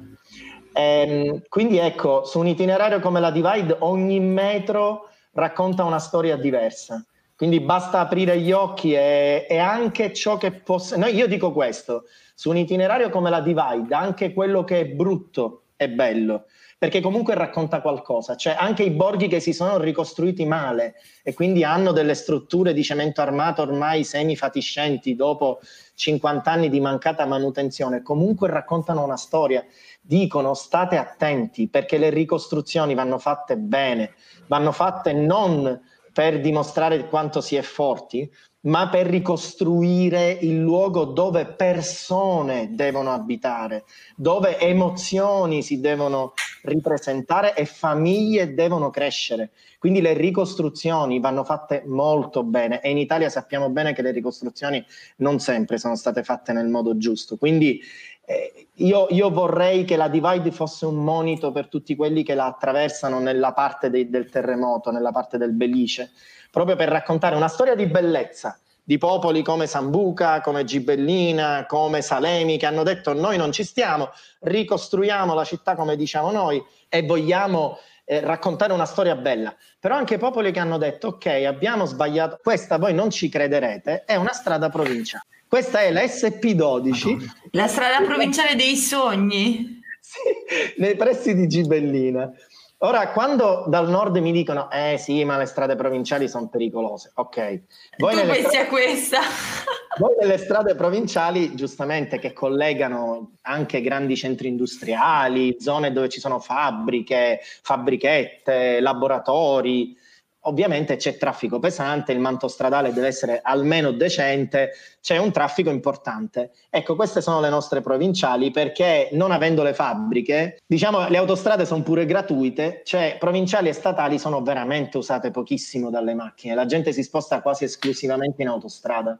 Quindi ecco, su un itinerario come la Divide ogni metro racconta una storia diversa, quindi basta aprire gli occhi e anche ciò che possa... No, io dico questo, su un itinerario come la Divide anche quello che è brutto è bello, perché comunque racconta qualcosa, cioè anche i borghi che si sono ricostruiti male e quindi hanno delle strutture di cemento armato ormai semifatiscenti dopo 50 anni di mancata manutenzione, comunque raccontano una storia, dicono state attenti perché le ricostruzioni vanno fatte bene, vanno fatte non per dimostrare quanto si è forti, ma per ricostruire il luogo dove persone devono abitare, dove emozioni si devono ripresentare e famiglie devono crescere. Quindi le ricostruzioni vanno fatte molto bene e in Italia sappiamo bene che le ricostruzioni non sempre sono state fatte nel modo giusto. Quindi io vorrei che la Divide fosse un monito per tutti quelli che la attraversano nella parte del terremoto, nella parte del Belice, proprio per raccontare una storia di bellezza di popoli come Sambuca, come Gibellina, come Salemi, che hanno detto noi non ci stiamo, ricostruiamo la città come diciamo noi e vogliamo raccontare una storia bella. Però anche popoli che hanno detto ok, abbiamo sbagliato, questa voi non ci crederete, è una strada provinciale. Questa è la SP12. La strada provinciale dei sogni. Sì, nei pressi di Gibellina. Ora, quando dal nord mi dicono sì, ma le strade provinciali sono pericolose, ok. Voi tu pensi a questa? Voi nelle strade provinciali, giustamente, che collegano anche grandi centri industriali, zone dove ci sono fabbriche, fabbrichette, laboratori, ovviamente c'è traffico pesante, il manto stradale deve essere almeno decente, c'è un traffico importante. Ecco, queste sono le nostre provinciali perché non avendo le fabbriche, diciamo, le autostrade sono pure gratuite, cioè provinciali e statali sono veramente usate pochissimo dalle macchine, la gente si sposta quasi esclusivamente in autostrada.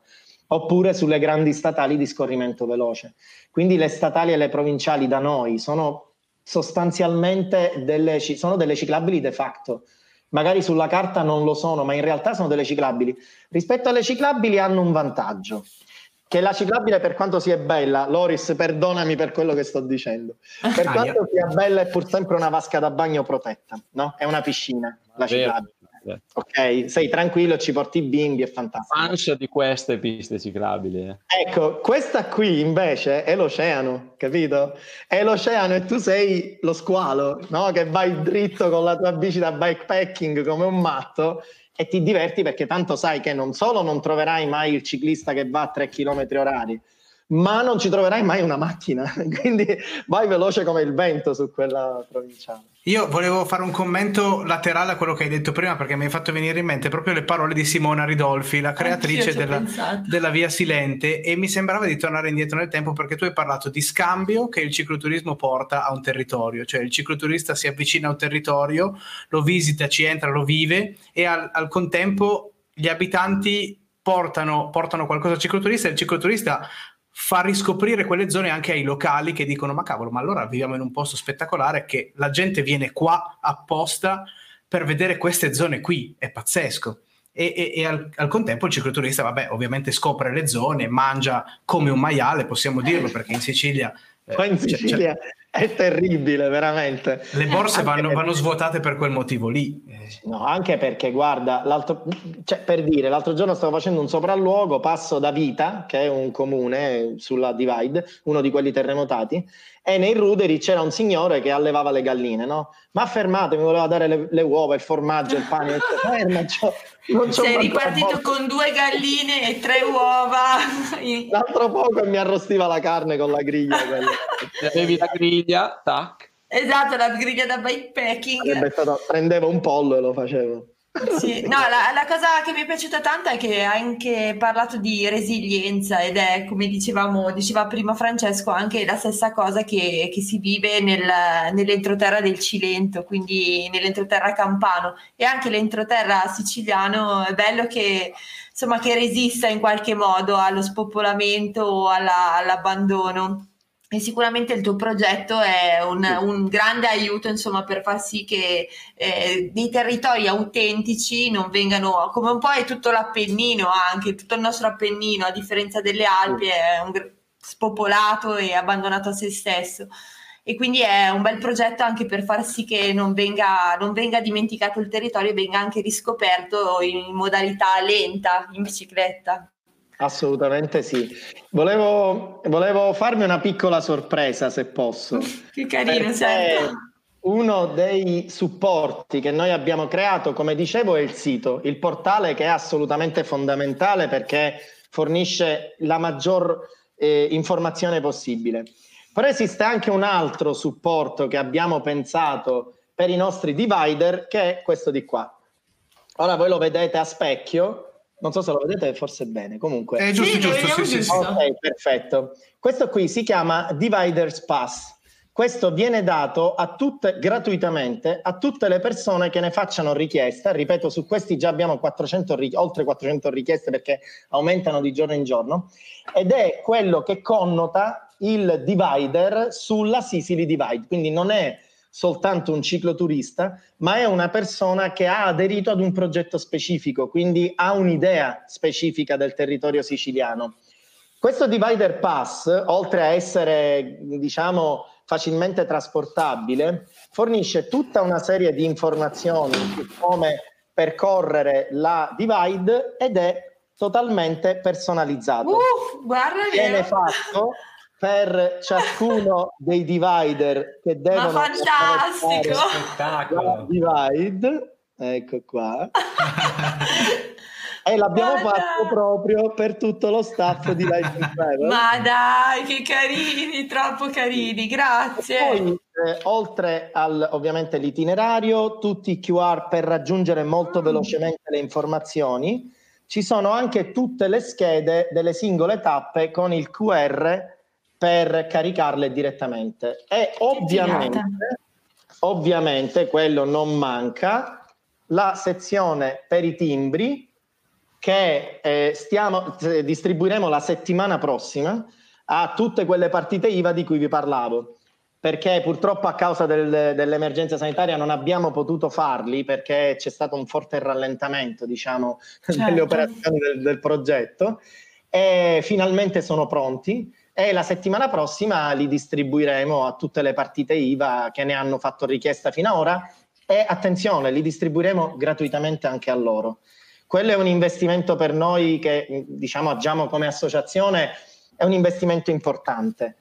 oppure sulle grandi statali di scorrimento veloce. Quindi le statali e le provinciali da noi sono sostanzialmente delle ciclabili de facto. Magari sulla carta non lo sono, ma in realtà sono delle ciclabili. Rispetto alle ciclabili hanno un vantaggio, che la ciclabile, per quanto sia bella, Loris, perdonami per quello che sto dicendo, per quanto sia bella è pur sempre una vasca da bagno protetta, no? È una piscina, la ciclabile. Ok, sei tranquillo, ci porti i bimbi, è fantastico. Pancia di queste piste ciclabili. Ecco, questa qui invece è l'oceano, capito? È l'oceano e tu sei lo squalo, no? Che vai dritto con la tua bici da bikepacking come un matto e ti diverti perché tanto sai che non solo non troverai mai il ciclista che va a 3 km orari, ma non ci troverai mai una macchina, quindi vai veloce come il vento su quella provinciale. Io volevo fare un commento laterale a quello che hai detto prima, perché mi hai fatto venire in mente proprio le parole di Simona Ridolfi, la creatrice della Via Silente, e mi sembrava di tornare indietro nel tempo, perché tu hai parlato di scambio che il cicloturismo porta a un territorio, cioè il cicloturista si avvicina a un territorio, lo visita, ci entra, lo vive, e al contempo gli abitanti portano qualcosa al cicloturista, e il cicloturista fa riscoprire quelle zone anche ai locali che dicono: ma cavolo, ma allora viviamo in un posto spettacolare, che la gente viene qua apposta per vedere queste zone qui, è pazzesco. E al contempo il cicloturista, vabbè, ovviamente scopre le zone, mangia come un maiale, possiamo dirlo, perché in Sicilia qua in Sicilia è terribile, veramente. Le borse vanno svuotate per quel motivo lì. No, anche perché, guarda, per dire, l'altro giorno stavo facendo un sopralluogo, passo da Vita, che è un comune sulla Divide, uno di quelli terremotati, e nei ruderi c'era un signore che allevava le galline, no? Ma fermate, mi voleva dare le uova, il formaggio, il pane. Sei ripartito con 2 galline e 3 uova. L'altro poco mi arrostiva la carne con la griglia. Avevi la griglia, tac. Esatto, la griglia da bikepacking. Prendevo un pollo e lo facevo. Sì, no, la cosa che mi è piaciuta tanto è che ha anche parlato di resilienza, ed è, come diceva prima Francesco, anche la stessa cosa che si vive nell'entroterra del Cilento, quindi nell'entroterra campano, e anche l'entroterra siciliano. È bello che, insomma, che resista in qualche modo allo spopolamento o all'abbandono. E sicuramente il tuo progetto è un grande aiuto, insomma, per far sì che dei territori autentici non vengano, come un po' è tutto l'Appennino, anche tutto il nostro Appennino, a differenza delle Alpi, è spopolato e abbandonato a se stesso. E quindi è un bel progetto anche per far sì che non venga dimenticato il territorio e venga anche riscoperto in modalità lenta, in bicicletta. Assolutamente sì. Volevo farmi una piccola sorpresa, se posso. Che carino, certo. Uno dei supporti che noi abbiamo creato, come dicevo, è il sito, il portale, che è assolutamente fondamentale perché fornisce la maggior informazione possibile. Però esiste anche un altro supporto che abbiamo pensato per i nostri divider, che è questo di qua. Ora voi lo vedete a specchio. Non so se lo vedete, forse bene, comunque. È giusto, sì. Ok, perfetto. Questo qui si chiama Dividers Pass. Questo viene dato gratuitamente a tutte le persone che ne facciano richiesta. Ripeto, su questi già abbiamo oltre 400 richieste, perché aumentano di giorno in giorno. Ed è quello che connota il divider sulla Sicily Divide. Quindi non è soltanto un cicloturista, ma è una persona che ha aderito ad un progetto specifico, quindi ha un'idea specifica del territorio siciliano. Questo Divider Pass, oltre a essere, diciamo, facilmente trasportabile, fornisce tutta una serie di informazioni su come percorrere la Divide ed è totalmente personalizzato. Guarda, viene fatto per ciascuno dei divider che devono fantastico! Divide, ecco qua. E l'abbiamo fatto proprio per tutto lo staff di Life in Travel. Ma dai, che carini, troppo carini, grazie. E poi, oltre ovviamente l'itinerario, tutti i QR per raggiungere molto velocemente le informazioni, ci sono anche tutte le schede delle singole tappe con il QR per caricarle direttamente. E ovviamente quello non manca, la sezione per i timbri, che distribuiremo la settimana prossima a tutte quelle partite IVA di cui vi parlavo, perché purtroppo a causa dell'emergenza sanitaria non abbiamo potuto farli, perché c'è stato un forte rallentamento, diciamo, delle operazioni del progetto, e finalmente sono pronti e la settimana prossima li distribuiremo a tutte le partite IVA che ne hanno fatto richiesta fino ad ora, e attenzione, li distribuiremo gratuitamente anche a loro. Quello è un investimento per noi che, diciamo, agiamo come associazione, è un investimento importante.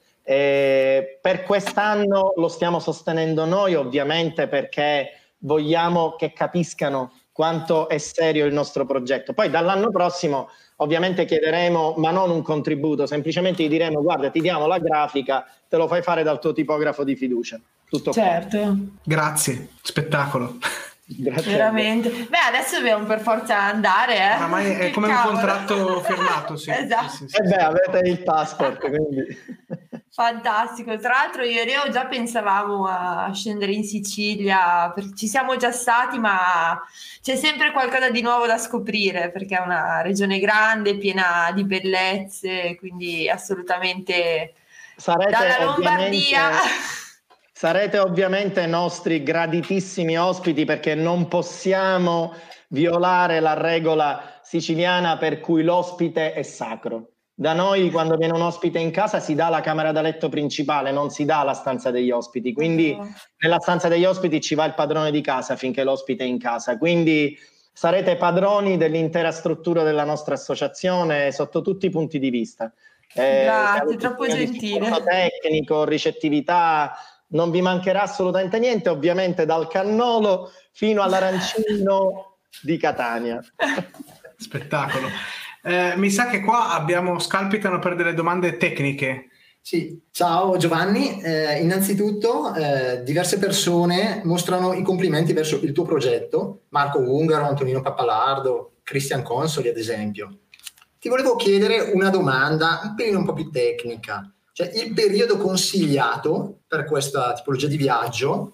Per quest'anno lo stiamo sostenendo noi, ovviamente, perché vogliamo che capiscano quanto è serio il nostro progetto. Poi dall'anno prossimo ovviamente chiederemo, ma non un contributo, semplicemente gli diremo: guarda, ti diamo la grafica, te lo fai fare dal tuo tipografo di fiducia. Tutto certo qua. Grazie, spettacolo. Grazie. Veramente. Beh, adesso dobbiamo per forza andare, Ma è come un contratto firmato, sì. Esatto. Sì. Avete il passport, quindi. Fantastico. Tra l'altro io e Leo già pensavamo a scendere in Sicilia, ci siamo già stati, ma c'è sempre qualcosa di nuovo da scoprire, perché è una regione grande, piena di bellezze, quindi assolutamente dalla Lombardia. Sarete ovviamente nostri graditissimi ospiti, perché non possiamo violare la regola siciliana per cui l'ospite è sacro. Da noi, quando viene un ospite in casa, si dà la camera da letto principale, non si dà la stanza degli ospiti. Quindi nella stanza degli ospiti ci va il padrone di casa finché l'ospite è in casa. Quindi sarete padroni dell'intera struttura della nostra associazione sotto tutti i punti di vista. Grazie, troppo gentile. Tecnico, ricettività, non vi mancherà assolutamente niente, ovviamente dal cannolo fino all'arancino di Catania. Spettacolo. Mi sa che qua scalpitano per delle domande tecniche. Sì, ciao Giovanni. Innanzitutto diverse persone mostrano i complimenti verso il tuo progetto, Marco Ungaro, Antonino Pappalardo, Cristian Consoli ad esempio. Ti volevo chiedere una domanda un po' più tecnica, cioè il periodo consigliato per questa tipologia di viaggio,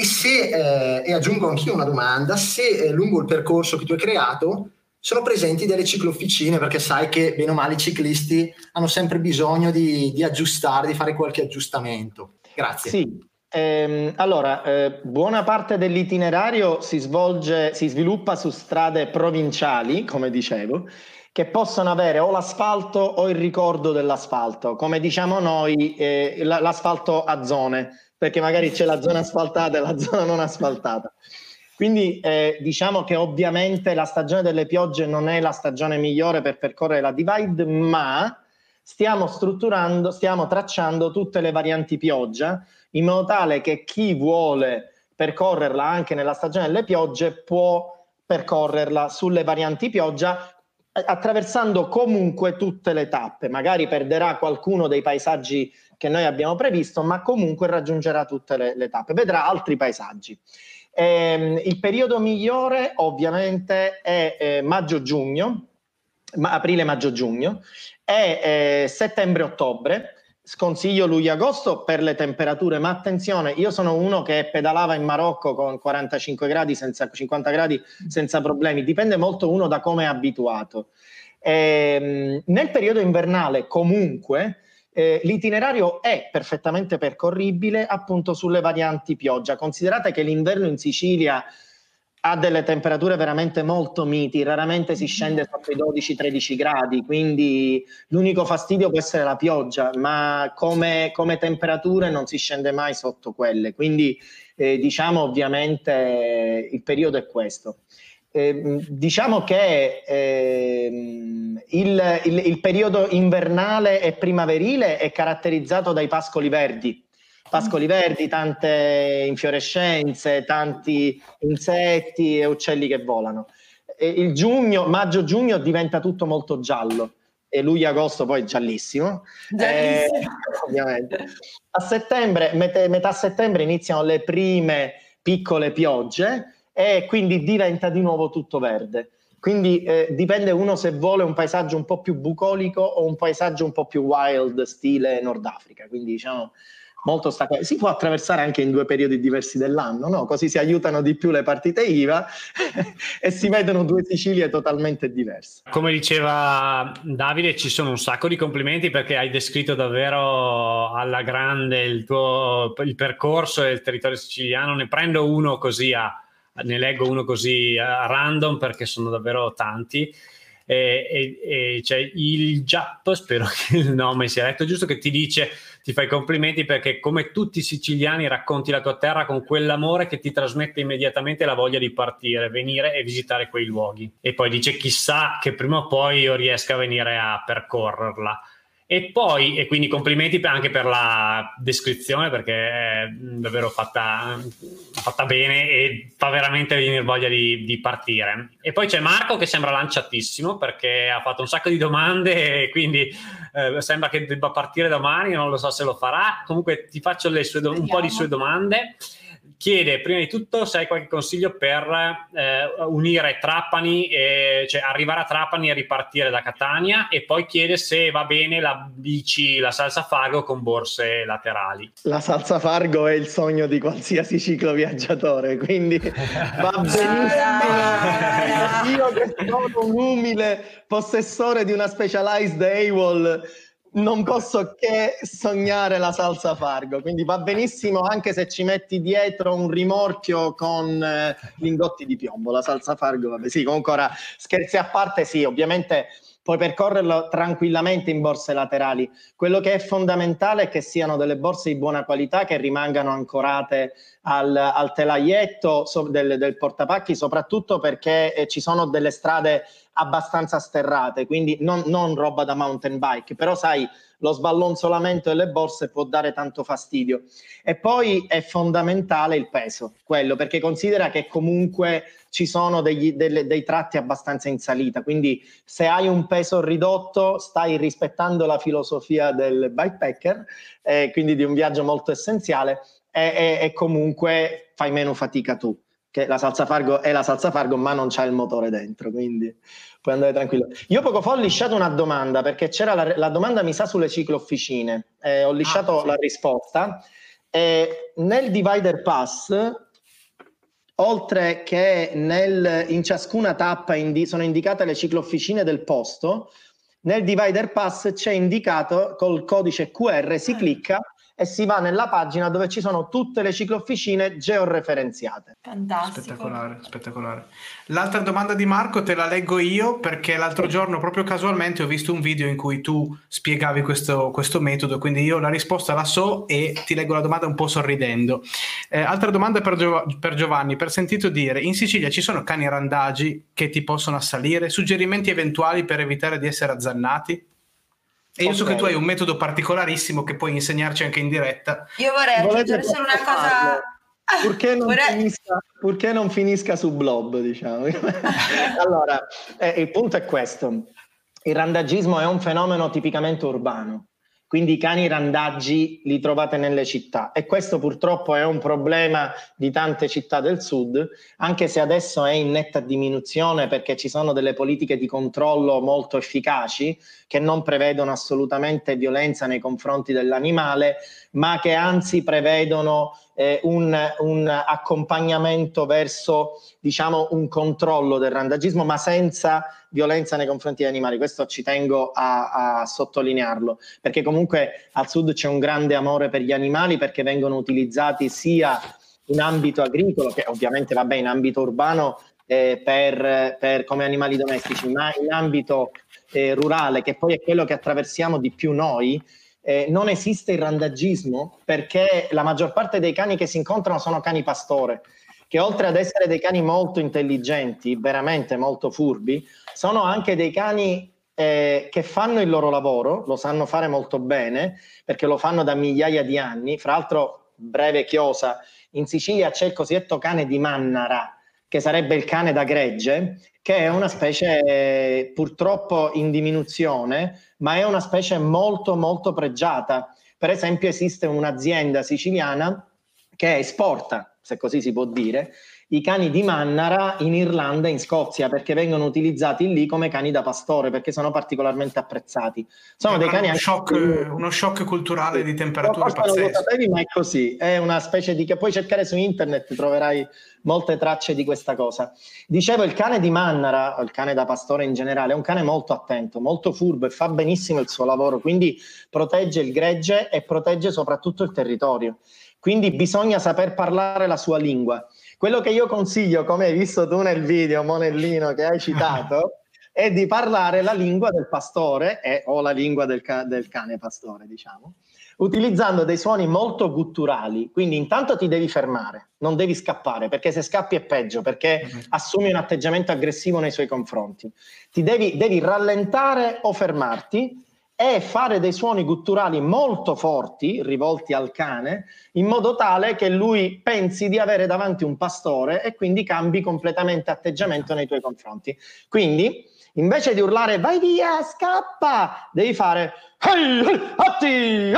e aggiungo anch'io una domanda: se lungo il percorso che tu hai creato sono presenti delle ciclofficine, perché sai che bene o male i ciclisti hanno sempre bisogno di aggiustare, di fare qualche aggiustamento. Grazie. Sì, allora buona parte dell'itinerario si sviluppa su strade provinciali, come dicevo, che possono avere o l'asfalto o il ricordo dell'asfalto, come diciamo noi, l'asfalto a zone, perché magari c'è la zona asfaltata e la zona non asfaltata. Quindi diciamo che ovviamente la stagione delle piogge non è la stagione migliore per percorrere la Divide, ma stiamo tracciando tutte le varianti pioggia, in modo tale che chi vuole percorrerla anche nella stagione delle piogge può percorrerla sulle varianti pioggia, attraversando comunque tutte le tappe. Magari perderà qualcuno dei paesaggi che noi abbiamo previsto, ma comunque raggiungerà tutte le tappe, vedrà altri paesaggi. Il periodo migliore ovviamente è maggio-giugno, aprile, maggio-giugno, e settembre-ottobre. Sconsiglio luglio-agosto per le temperature, ma attenzione, io sono uno che pedalava in Marocco con 45 gradi, 50 gradi senza problemi, dipende molto uno da come è abituato. Nel periodo invernale comunque l'itinerario è perfettamente percorribile appunto sulle varianti pioggia. Considerate che l'inverno in Sicilia ha delle temperature veramente molto miti, raramente si scende sotto i 12-13 gradi, quindi l'unico fastidio può essere la pioggia, ma come temperature non si scende mai sotto quelle, quindi diciamo ovviamente il periodo è questo. Diciamo che il periodo invernale e primaverile è caratterizzato dai pascoli verdi, tante infiorescenze, tanti insetti e uccelli che volano. Il maggio-giugno diventa tutto molto giallo, e luglio-agosto poi giallissimo. Ovviamente. A settembre, metà settembre iniziano le prime piccole piogge e quindi diventa di nuovo tutto verde. Quindi dipende uno se vuole un paesaggio un po' più bucolico o un paesaggio un po' più wild, stile Nord Africa. Quindi diciamo molto staccato. Si può attraversare anche in 2 periodi diversi dell'anno, no? Così si aiutano di più le partite IVA e si vedono 2 Sicilie totalmente diverse. Come diceva Davide, ci sono un sacco di complimenti perché hai descritto davvero alla grande il percorso e il territorio siciliano. Ne prendo uno così ne leggo uno così a random perché sono davvero tanti. E c'è il Giap, spero che il nome sia letto giusto, che ti dice, ti fa i complimenti perché come tutti i siciliani racconti la tua terra con quell'amore che ti trasmette immediatamente la voglia di partire, venire e visitare quei luoghi. E poi dice chissà che prima o poi io riesca a venire a percorrerla. E poi, e quindi complimenti anche per la descrizione perché è davvero fatta bene e fa veramente venire voglia di partire. E poi c'è Marco che sembra lanciatissimo perché ha fatto un sacco di domande e quindi sembra che debba partire domani, non lo so se lo farà. Comunque ti faccio un po' di sue domande. Chiede prima di tutto se hai qualche consiglio per unire Trapani, cioè arrivare a Trapani e ripartire da Catania, e poi chiede se va bene la salsa Fargo con borse laterali. La salsa Fargo è il sogno di qualsiasi cicloviaggiatore, quindi va benissimo. Io che sono un umile possessore di una Specialized AWOL non posso che sognare la salsa Fargo, quindi va benissimo anche se ci metti dietro un rimorchio con lingotti di piombo. La salsa Fargo, vabbè, sì, comunque ora scherzi a parte, sì, ovviamente puoi percorrerlo tranquillamente in borse laterali. Quello che è fondamentale è che siano delle borse di buona qualità, che rimangano ancorate al telaietto del portapacchi, soprattutto perché ci sono delle strade abbastanza sterrate, quindi non roba da mountain bike, però sai, lo sballonzolamento delle borse può dare tanto fastidio. E poi è fondamentale il peso, quello, perché considera che comunque ci sono dei tratti abbastanza in salita, quindi se hai un peso ridotto stai rispettando la filosofia del bikepacker, quindi di un viaggio molto essenziale, e comunque fai meno fatica tu, che la salsa Fargo è la salsa Fargo ma non c'ha il motore dentro, quindi puoi andare tranquillo. Io poco fa ho lisciato una domanda perché c'era la domanda mi sa sulle ciclofficine, ho lisciato la risposta. Nel Divider Pass, oltre che in ciascuna tappa sono indicate le ciclofficine del posto, nel Divider Pass c'è indicato col codice QR, si clicca e si va nella pagina dove ci sono tutte le ciclofficine georeferenziate. Fantastico. Spettacolare. L'altra domanda di Marco te la leggo io perché l'altro giorno proprio casualmente ho visto un video in cui tu spiegavi questo metodo, quindi io la risposta la so e ti leggo la domanda un po' sorridendo. Altra domanda per Giovanni: per sentito dire, in Sicilia ci sono cani randagi che ti possono assalire? Suggerimenti eventuali per evitare di essere azzannati? E io so che tu hai un metodo particolarissimo che puoi insegnarci anche in diretta. Io vorrei aggiungere solo una cosa. Purché non finisca su Blob, diciamo. Allora, il punto è questo. Il randagismo è un fenomeno tipicamente urbano, quindi i cani randaggi li trovate nelle città e questo purtroppo è un problema di tante città del sud, anche se adesso è in netta diminuzione perché ci sono delle politiche di controllo molto efficaci che non prevedono assolutamente violenza nei confronti dell'animale, ma che anzi prevedono un accompagnamento verso, diciamo, un controllo del randagismo, ma senza violenza nei confronti degli animali. Questo ci tengo a sottolinearlo, perché comunque al sud c'è un grande amore per gli animali, perché vengono utilizzati sia in ambito agricolo, che ovviamente vabbè in ambito urbano come animali domestici, ma in ambito rurale, che poi è quello che attraversiamo di più noi. Non esiste il randagismo perché la maggior parte dei cani che si incontrano sono cani pastore, che oltre ad essere dei cani molto intelligenti, veramente molto furbi, sono anche dei cani che fanno il loro lavoro, lo sanno fare molto bene perché lo fanno da migliaia di anni. Fra l'altro, breve chiosa, in Sicilia c'è il cosiddetto cane di Mannara, che sarebbe il cane da gregge, che è una specie purtroppo in diminuzione, ma è una specie molto molto pregiata. Per esempio esiste un'azienda siciliana che esporta se così si può dire, i cani di Mannara in Irlanda e in Scozia, perché vengono utilizzati lì come cani da pastore, perché sono particolarmente apprezzati. Sono dei cani uno shock culturale di temperature pazzesco. Non lo pazzesco. sapevi, ma è così, è una specie di, che puoi cercare su internet, troverai molte tracce di questa cosa. Dicevo, il cane di Mannara, o il cane da pastore in generale, è un cane molto attento, molto furbo e fa benissimo il suo lavoro, quindi protegge il gregge e protegge soprattutto il territorio. Quindi bisogna saper parlare la sua lingua. Quello che io consiglio, come hai visto tu nel video, Monellino, che hai citato, è di parlare la lingua del pastore o la lingua del cane pastore, diciamo, utilizzando dei suoni molto gutturali. Quindi intanto ti devi fermare, non devi scappare, perché se scappi è peggio, perché assumi un atteggiamento aggressivo nei suoi confronti. Devi rallentare o fermarti e fare dei suoni gutturali molto forti, rivolti al cane, in modo tale che lui pensi di avere davanti un pastore e quindi cambi completamente atteggiamento nei tuoi confronti. Quindi, invece di urlare vai via, scappa, devi fare hey, atti, hey,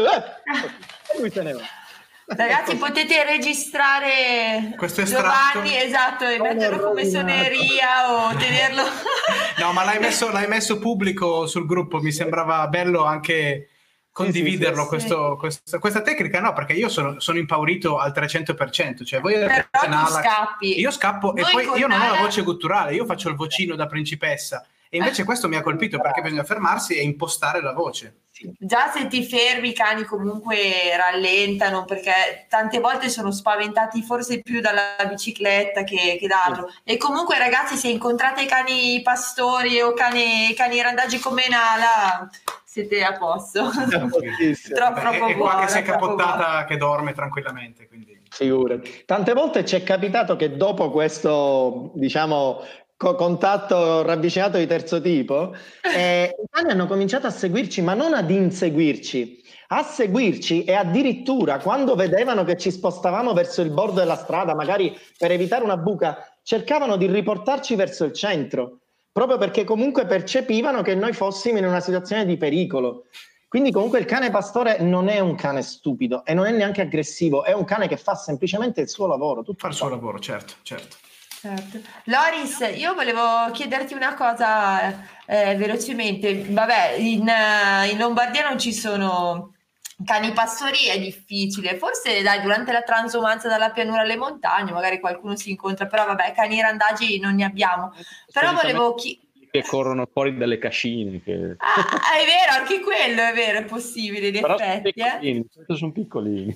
e lui se ne va. Ragazzi, potete registrare questo estratto, Giovanni, esatto, e metterlo come suoneria o tenerlo. No, ma l'hai messo pubblico sul gruppo, mi sembrava bello anche condividerlo, sì. Questa tecnica, no, perché io sono impaurito al 300%, cioè voi però tu scappi. Io scappo e poi io non ho la voce gutturale, io faccio il vocino da principessa. E invece questo mi ha colpito, perché bisogna fermarsi e impostare la voce. Già se ti fermi i cani comunque rallentano, perché tante volte sono spaventati forse più dalla bicicletta che da altro. E comunque ragazzi, se incontrate cani pastori o cani randagi come Nala, siete a posto. Troppo e qua che sei capottata che dorme tranquillamente, quindi. Figurati. Tante volte ci è capitato che dopo questo, diciamo, contatto ravvicinato di terzo tipo, i cani hanno cominciato a seguirci, ma non ad inseguirci, a seguirci, e addirittura quando vedevano che ci spostavamo verso il bordo della strada, magari per evitare una buca, cercavano di riportarci verso il centro, proprio perché comunque percepivano che noi fossimo in una situazione di pericolo. Quindi comunque il cane pastore non è un cane stupido e non è neanche aggressivo, è un cane che fa semplicemente il suo lavoro. Fa il suo lavoro, certo. Certo. Loris, io volevo chiederti una cosa velocemente. Vabbè, in Lombardia non ci sono cani pastori, è difficile. Forse dai, durante la transumanza dalla pianura alle montagne magari qualcuno si incontra, però vabbè, cani randagi non ne abbiamo. Però volevo che corrono fuori dalle cascine. Che... è vero, anche quello è vero, è possibile in però effetti. Sono piccolini.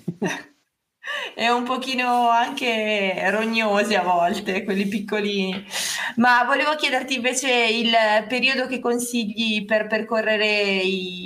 E un pochino anche rognosi a volte, quelli piccolini. Ma volevo chiederti invece il periodo che consigli per percorrere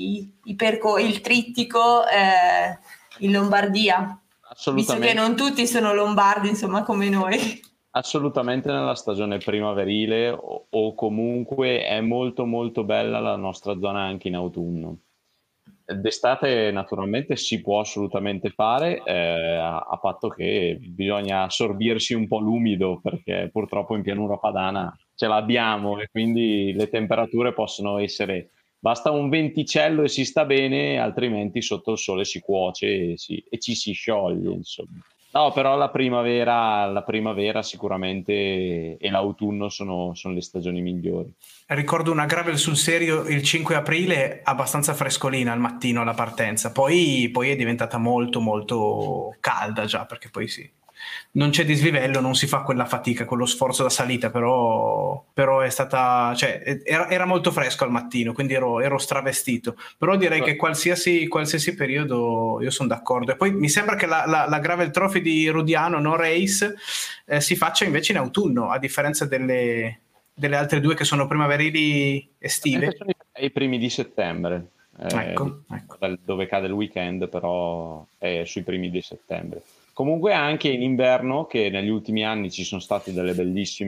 il trittico in Lombardia. Assolutamente. Visto che non tutti sono lombardi, insomma, come noi. Assolutamente nella stagione primaverile o comunque è molto molto bella la nostra zona anche in autunno. D'estate naturalmente si può assolutamente fare, a patto che bisogna assorbirsi un po' l'umido, perché purtroppo in pianura padana ce l'abbiamo e quindi le temperature possono essere, basta un venticello e si sta bene, altrimenti sotto il sole si cuoce e ci si scioglie, insomma. No, però la primavera sicuramente e l'autunno sono le stagioni migliori. Ricordo una gravel sul serio il 5 aprile, abbastanza frescolina al mattino alla partenza, poi è diventata molto molto calda già, perché poi sì, non c'è dislivello, non si fa quella fatica, quello sforzo da salita, però è stata, cioè era molto fresco al mattino, quindi ero stravestito, però direi che qualsiasi periodo io sono d'accordo. E poi mi sembra che la Gravel Trophy di Rudiano, no race, si faccia invece in autunno, a differenza delle altre due che sono primaverili estive. Sono i primi di settembre, ecco. Dove cade il weekend, però è sui primi di settembre. Comunque anche in inverno, che negli ultimi anni ci sono state delle bellissime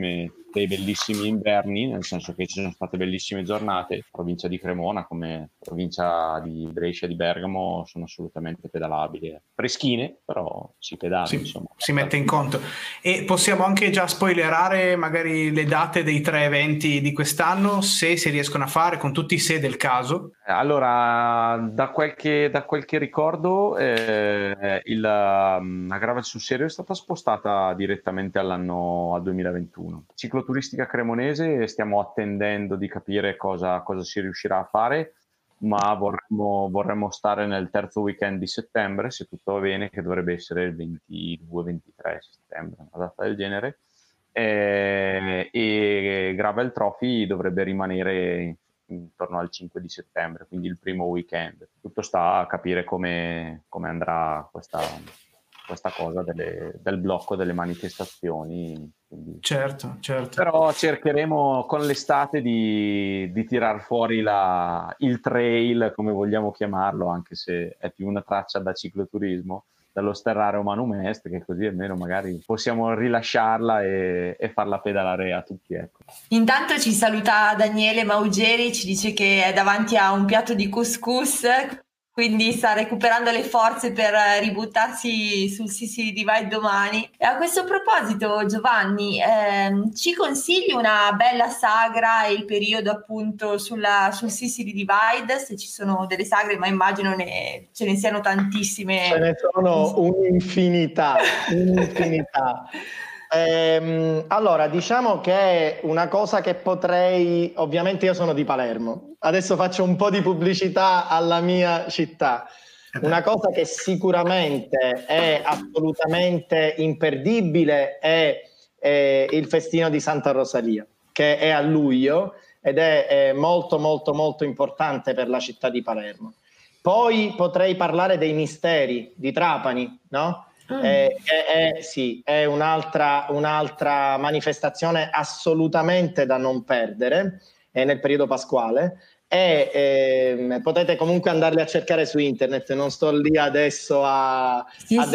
dei bellissimi inverni, nel senso che ci sono state bellissime giornate. Provincia di Cremona come provincia di Brescia e di Bergamo sono assolutamente pedalabili, freschine, però si pedala, insomma. Si mette in conto. E possiamo anche già spoilerare magari le date dei 3 eventi di quest'anno, se si riescono a fare, con tutti i se del caso? Allora, da quel che ricordo, la Gravel sul Serio è stata spostata direttamente al 2021. Cicloturistica cremonese stiamo attendendo di capire cosa si riuscirà a fare, ma vorremmo stare nel terzo weekend di settembre, se tutto va bene, che dovrebbe essere il 22-23 settembre, una data del genere, e Gravel Trophy dovrebbe rimanere intorno al 5 di settembre, quindi il primo weekend. Tutto sta a capire come andrà questa cosa del blocco delle manifestazioni. Quindi. Certo. Però cercheremo con l'estate di tirar fuori il trail, come vogliamo chiamarlo, anche se è più una traccia da cicloturismo, dallo Sterrare Humanum Est, che così almeno magari possiamo rilasciarla e farla pedalare a tutti, ecco. Intanto ci saluta Daniele Maugeri, ci dice che è davanti a un piatto di couscous, quindi sta recuperando le forze per ributtarsi sul Sicily Divide domani. E a questo proposito, Giovanni, ci consigli una bella sagra e il periodo appunto sul Sicily Divide, se ci sono delle sagre, ma immagino ce ne siano tantissime. Ce ne sono un'infinità. Allora, diciamo che una cosa che potrei, ovviamente io sono di Palermo, adesso faccio un po' di pubblicità alla mia città. Una cosa che sicuramente è assolutamente imperdibile è il festino di Santa Rosalia, che è a luglio ed è molto molto molto importante per la città di Palermo. Poi potrei parlare dei misteri di Trapani, no? Sì, è un'altra manifestazione assolutamente da non perdere nel periodo pasquale, e potete comunque andarli a cercare su internet, non sto lì adesso a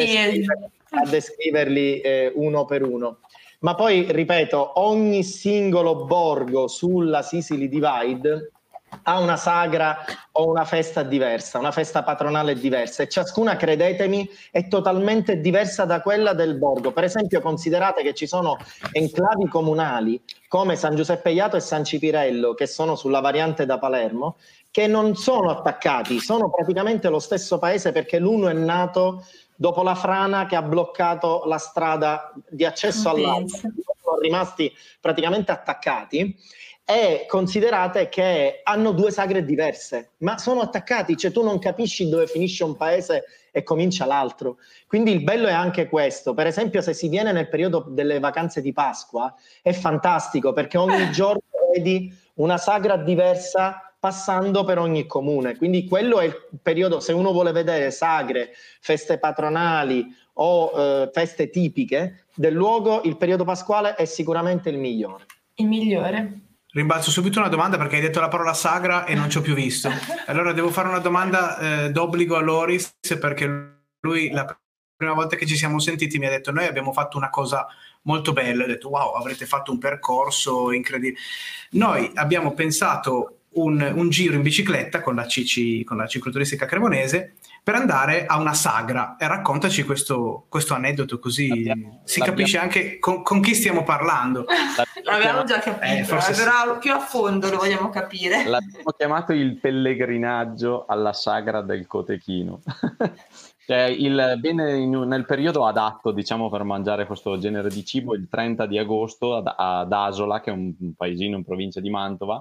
descriverli uno per uno. Ma poi, ripeto, ogni singolo borgo sulla Sicily Divide ha una sagra o una festa diversa, una festa patronale diversa, e ciascuna, credetemi, è totalmente diversa da quella del borgo. Per esempio, considerate che ci sono enclavi comunali come San Giuseppe Jato e San Cipirello, che sono sulla variante da Palermo, che non sono attaccati, sono praticamente lo stesso paese, perché l'uno è nato dopo la frana che ha bloccato la strada di accesso all'altro, sono rimasti praticamente attaccati. E considerate che hanno 2 sagre diverse, ma sono attaccati, cioè tu non capisci dove finisce un paese e comincia l'altro. Quindi il bello è anche questo. Per esempio, se si viene nel periodo delle vacanze di Pasqua, è fantastico, perché ogni giorno vedi una sagra diversa passando per ogni comune. Quindi quello è il periodo, se uno vuole vedere sagre, feste patronali o feste tipiche del luogo, il periodo pasquale è sicuramente il migliore. Il migliore. Rimbalzo subito una domanda, perché hai detto la parola sagra e non ci ho più visto. Allora devo fare una domanda d'obbligo a Loris, perché lui la prima volta che ci siamo sentiti mi ha detto: noi abbiamo fatto una cosa molto bella. Ho detto: wow, avrete fatto un percorso incredibile. Noi abbiamo pensato un giro in bicicletta con la cicloturistica cremonese per andare a una sagra, e raccontaci questo aneddoto, così si capisce anche con chi stiamo parlando. L'abbiamo già capito, però più a fondo lo vogliamo capire. L'abbiamo chiamato il pellegrinaggio alla sagra del Cotechino. Cioè nel periodo adatto, diciamo, per mangiare questo genere di cibo, il 30 di agosto ad Asola, che è un paesino in provincia di Mantova,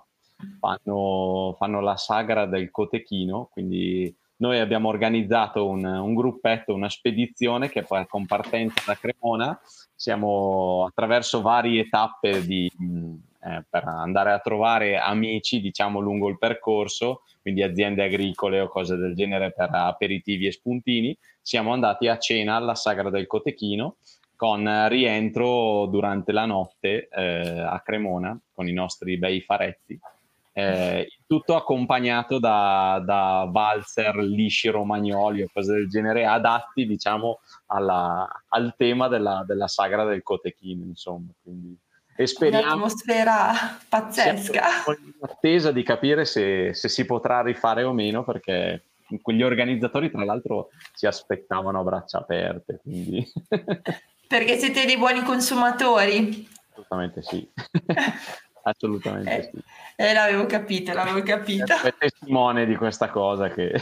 fanno la sagra del Cotechino. Quindi noi abbiamo organizzato un gruppetto, una spedizione che poi, con partenza da Cremona, siamo attraverso varie tappe per andare a trovare amici, diciamo, lungo il percorso, quindi aziende agricole o cose del genere per aperitivi e spuntini. Siamo andati a cena alla sagra del Cotechino, con rientro durante la notte a Cremona con i nostri bei faretti. Tutto accompagnato da valzer, lisci romagnoli o cose del genere, adatti, diciamo, al tema della sagra del Cotechino, insomma. Quindi e speriamo un'atmosfera pazzesca. siamo in attesa di capire se si potrà rifare o meno, perché quegli organizzatori tra l'altro si aspettavano a braccia aperte, quindi Perché siete dei buoni consumatori. assolutamente sì. Assolutamente sì. L'avevo capito. È testimone di questa cosa che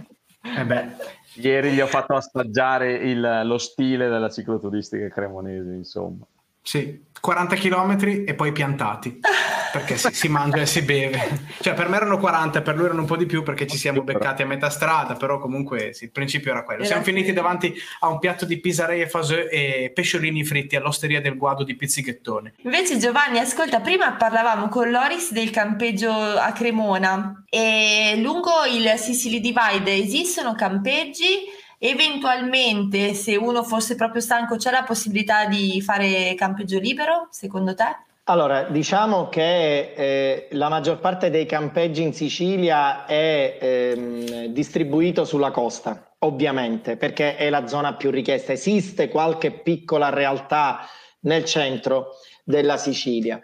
ieri gli ho fatto assaggiare lo stile della cicloturistica cremonese, insomma. Sì, 40 km e poi piantati, perché si mangia e si beve. Cioè per me erano 40, per lui erano un po' di più perché ci siamo beccati a metà strada, però comunque sì, il principio era quello. Siamo finiti davanti a un piatto di pisarei e faseux e pesciolini fritti all'Osteria del Guado di Pizzighettone. Invece Giovanni, ascolta, prima parlavamo con Loris del campeggio a Cremona e lungo il Sicily Divide esistono campeggi? Eventualmente, se uno fosse proprio stanco, c'è la possibilità di fare campeggio libero, secondo te? Allora, diciamo che la maggior parte dei campeggi in Sicilia è distribuito sulla costa, ovviamente, perché è la zona più richiesta. Esiste qualche piccola realtà nel centro della Sicilia.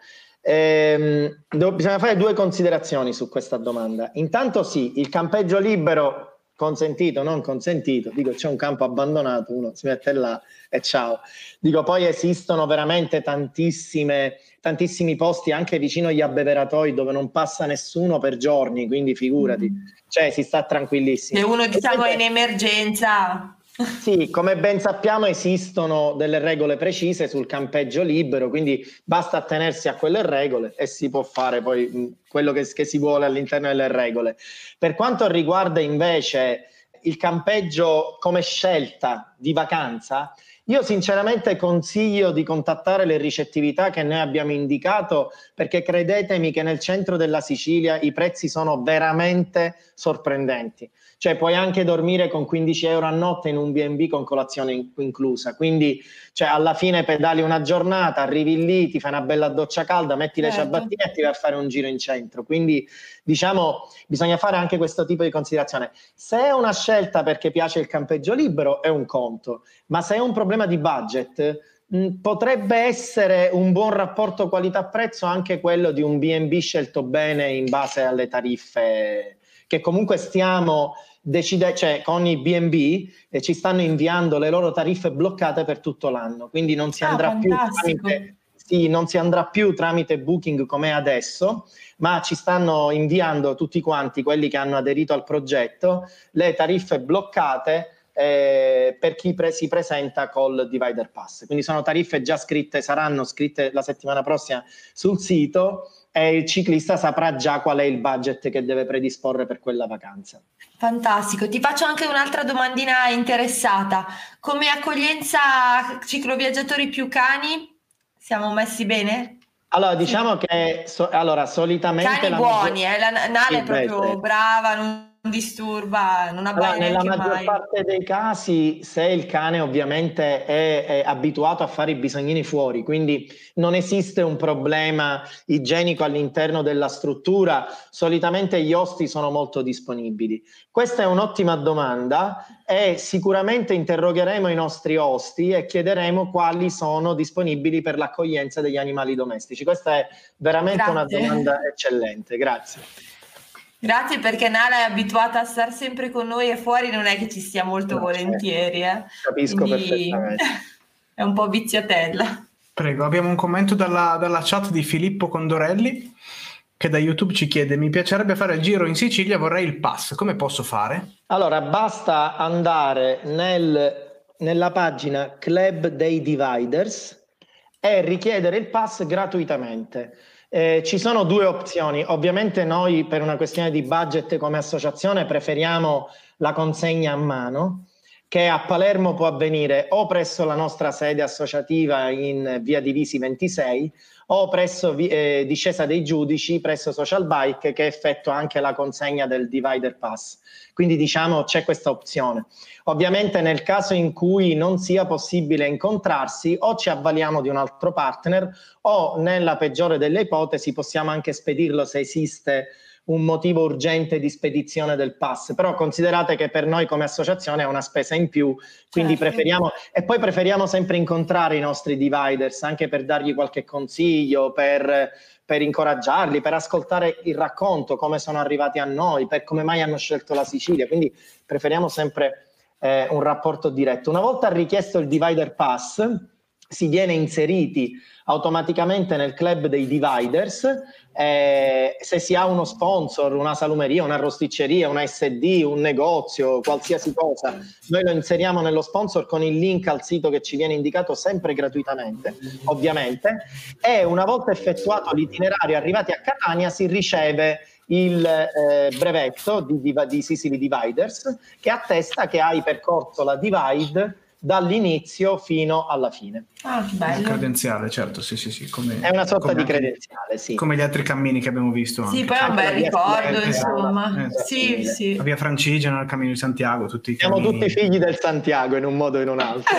Bisogna fare due considerazioni su questa domanda. Intanto sì, il campeggio libero consentito, non consentito, dico c'è un campo abbandonato, uno si mette là e ciao. Dico poi esistono veramente tantissimi posti anche vicino agli abbeveratoi dove non passa nessuno per giorni, quindi figurati, cioè si sta tranquillissimi. Se uno diciamo è in emergenza. Sì, come ben sappiamo esistono delle regole precise sul campeggio libero, quindi basta attenersi a quelle regole e si può fare poi quello che si vuole all'interno delle regole. Per quanto riguarda invece il campeggio come scelta di vacanza, io sinceramente consiglio di contattare le ricettività che noi abbiamo indicato, perché credetemi che nel centro della Sicilia i prezzi sono veramente sorprendenti. Cioè puoi anche dormire con 15 euro a notte in un B&B con colazione inclusa, quindi cioè, alla fine pedali una giornata, arrivi lì, ti fai una bella doccia calda, metti le ciabattine e ti vai a fare un giro in centro, quindi diciamo bisogna fare anche questo tipo di considerazione. Se è una scelta perché piace il campeggio libero è un conto, ma se è un problema di budget potrebbe essere un buon rapporto qualità-prezzo anche quello di un B&B scelto bene in base alle tariffe che comunque stiamo cioè con i B&B ci stanno inviando le loro tariffe bloccate per tutto l'anno, quindi non si andrà più tramite Booking come adesso, ma ci stanno inviando tutti quanti quelli che hanno aderito al progetto le tariffe bloccate per chi si presenta col Divider Pass, quindi sono tariffe già scritte, saranno scritte la settimana prossima sul sito e il ciclista saprà già qual è il budget che deve predisporre per quella vacanza. Fantastico, ti faccio anche un'altra domandina interessata. Come accoglienza cicloviaggiatori più cani siamo messi bene? Allora diciamo che solitamente cani buoni, la Nala è proprio brava, non disturba, non abbaia nella neanche maggior mai. parte dei casi, se il cane ovviamente è abituato a fare i bisognini fuori, quindi non esiste un problema igienico all'interno della struttura, solitamente gli osti sono molto disponibili. Questa è un'ottima domanda e sicuramente interrogheremo i nostri osti e chiederemo quali sono disponibili per l'accoglienza degli animali domestici. Questa è veramente una domanda eccellente, grazie. Grazie, perché Nala è abituata a stare sempre con noi e fuori non è che ci stia molto volentieri. Capisco perfettamente. È un po' viziatella. Prego, abbiamo un commento dalla chat di Filippo Condorelli che da YouTube ci chiede: mi piacerebbe fare il giro in Sicilia, vorrei il pass, come posso fare? Allora, basta andare nella pagina Club dei Dividers e richiedere il pass gratuitamente. Ci sono due opzioni, ovviamente noi per una questione di budget come associazione preferiamo la consegna a mano, che a Palermo può avvenire o presso la nostra sede associativa in via Divisi 26 o presso Discesa dei Giudici presso Social Bike, che effettua anche la consegna del Divider Pass. Quindi diciamo c'è questa opzione. Ovviamente nel caso in cui non sia possibile incontrarsi o ci avvaliamo di un altro partner o nella peggiore delle ipotesi possiamo anche spedirlo se esiste un motivo urgente di spedizione del pass, però considerate che per noi come associazione è una spesa in più, quindi preferiamo sempre incontrare i nostri dividers anche per dargli qualche consiglio, per incoraggiarli, per ascoltare il racconto, come sono arrivati a noi, per come mai hanno scelto la Sicilia, quindi preferiamo sempre un rapporto diretto. Una volta richiesto il Divider Pass, si viene inseriti automaticamente nel club dei dividers. Se si ha uno sponsor, una salumeria, una rosticceria, una SD, un negozio, qualsiasi cosa, noi lo inseriamo nello sponsor con il link al sito che ci viene indicato sempre gratuitamente, ovviamente, e una volta effettuato l'itinerario, arrivati a Catania, si riceve il brevetto di Sicily Dividers che attesta che hai percorso la Divide dall'inizio fino alla fine. Ah, che bello. Credenziale, certo, sì. È una sorta di credenziale, sì. Come gli altri cammini che abbiamo visto. Sì, anche. poi è un bel ricordo, insomma. Sì. La via Francigena, il Cammino di Santiago, tutti i Siamo cammini. tutti figli del Santiago in un modo o in un altro.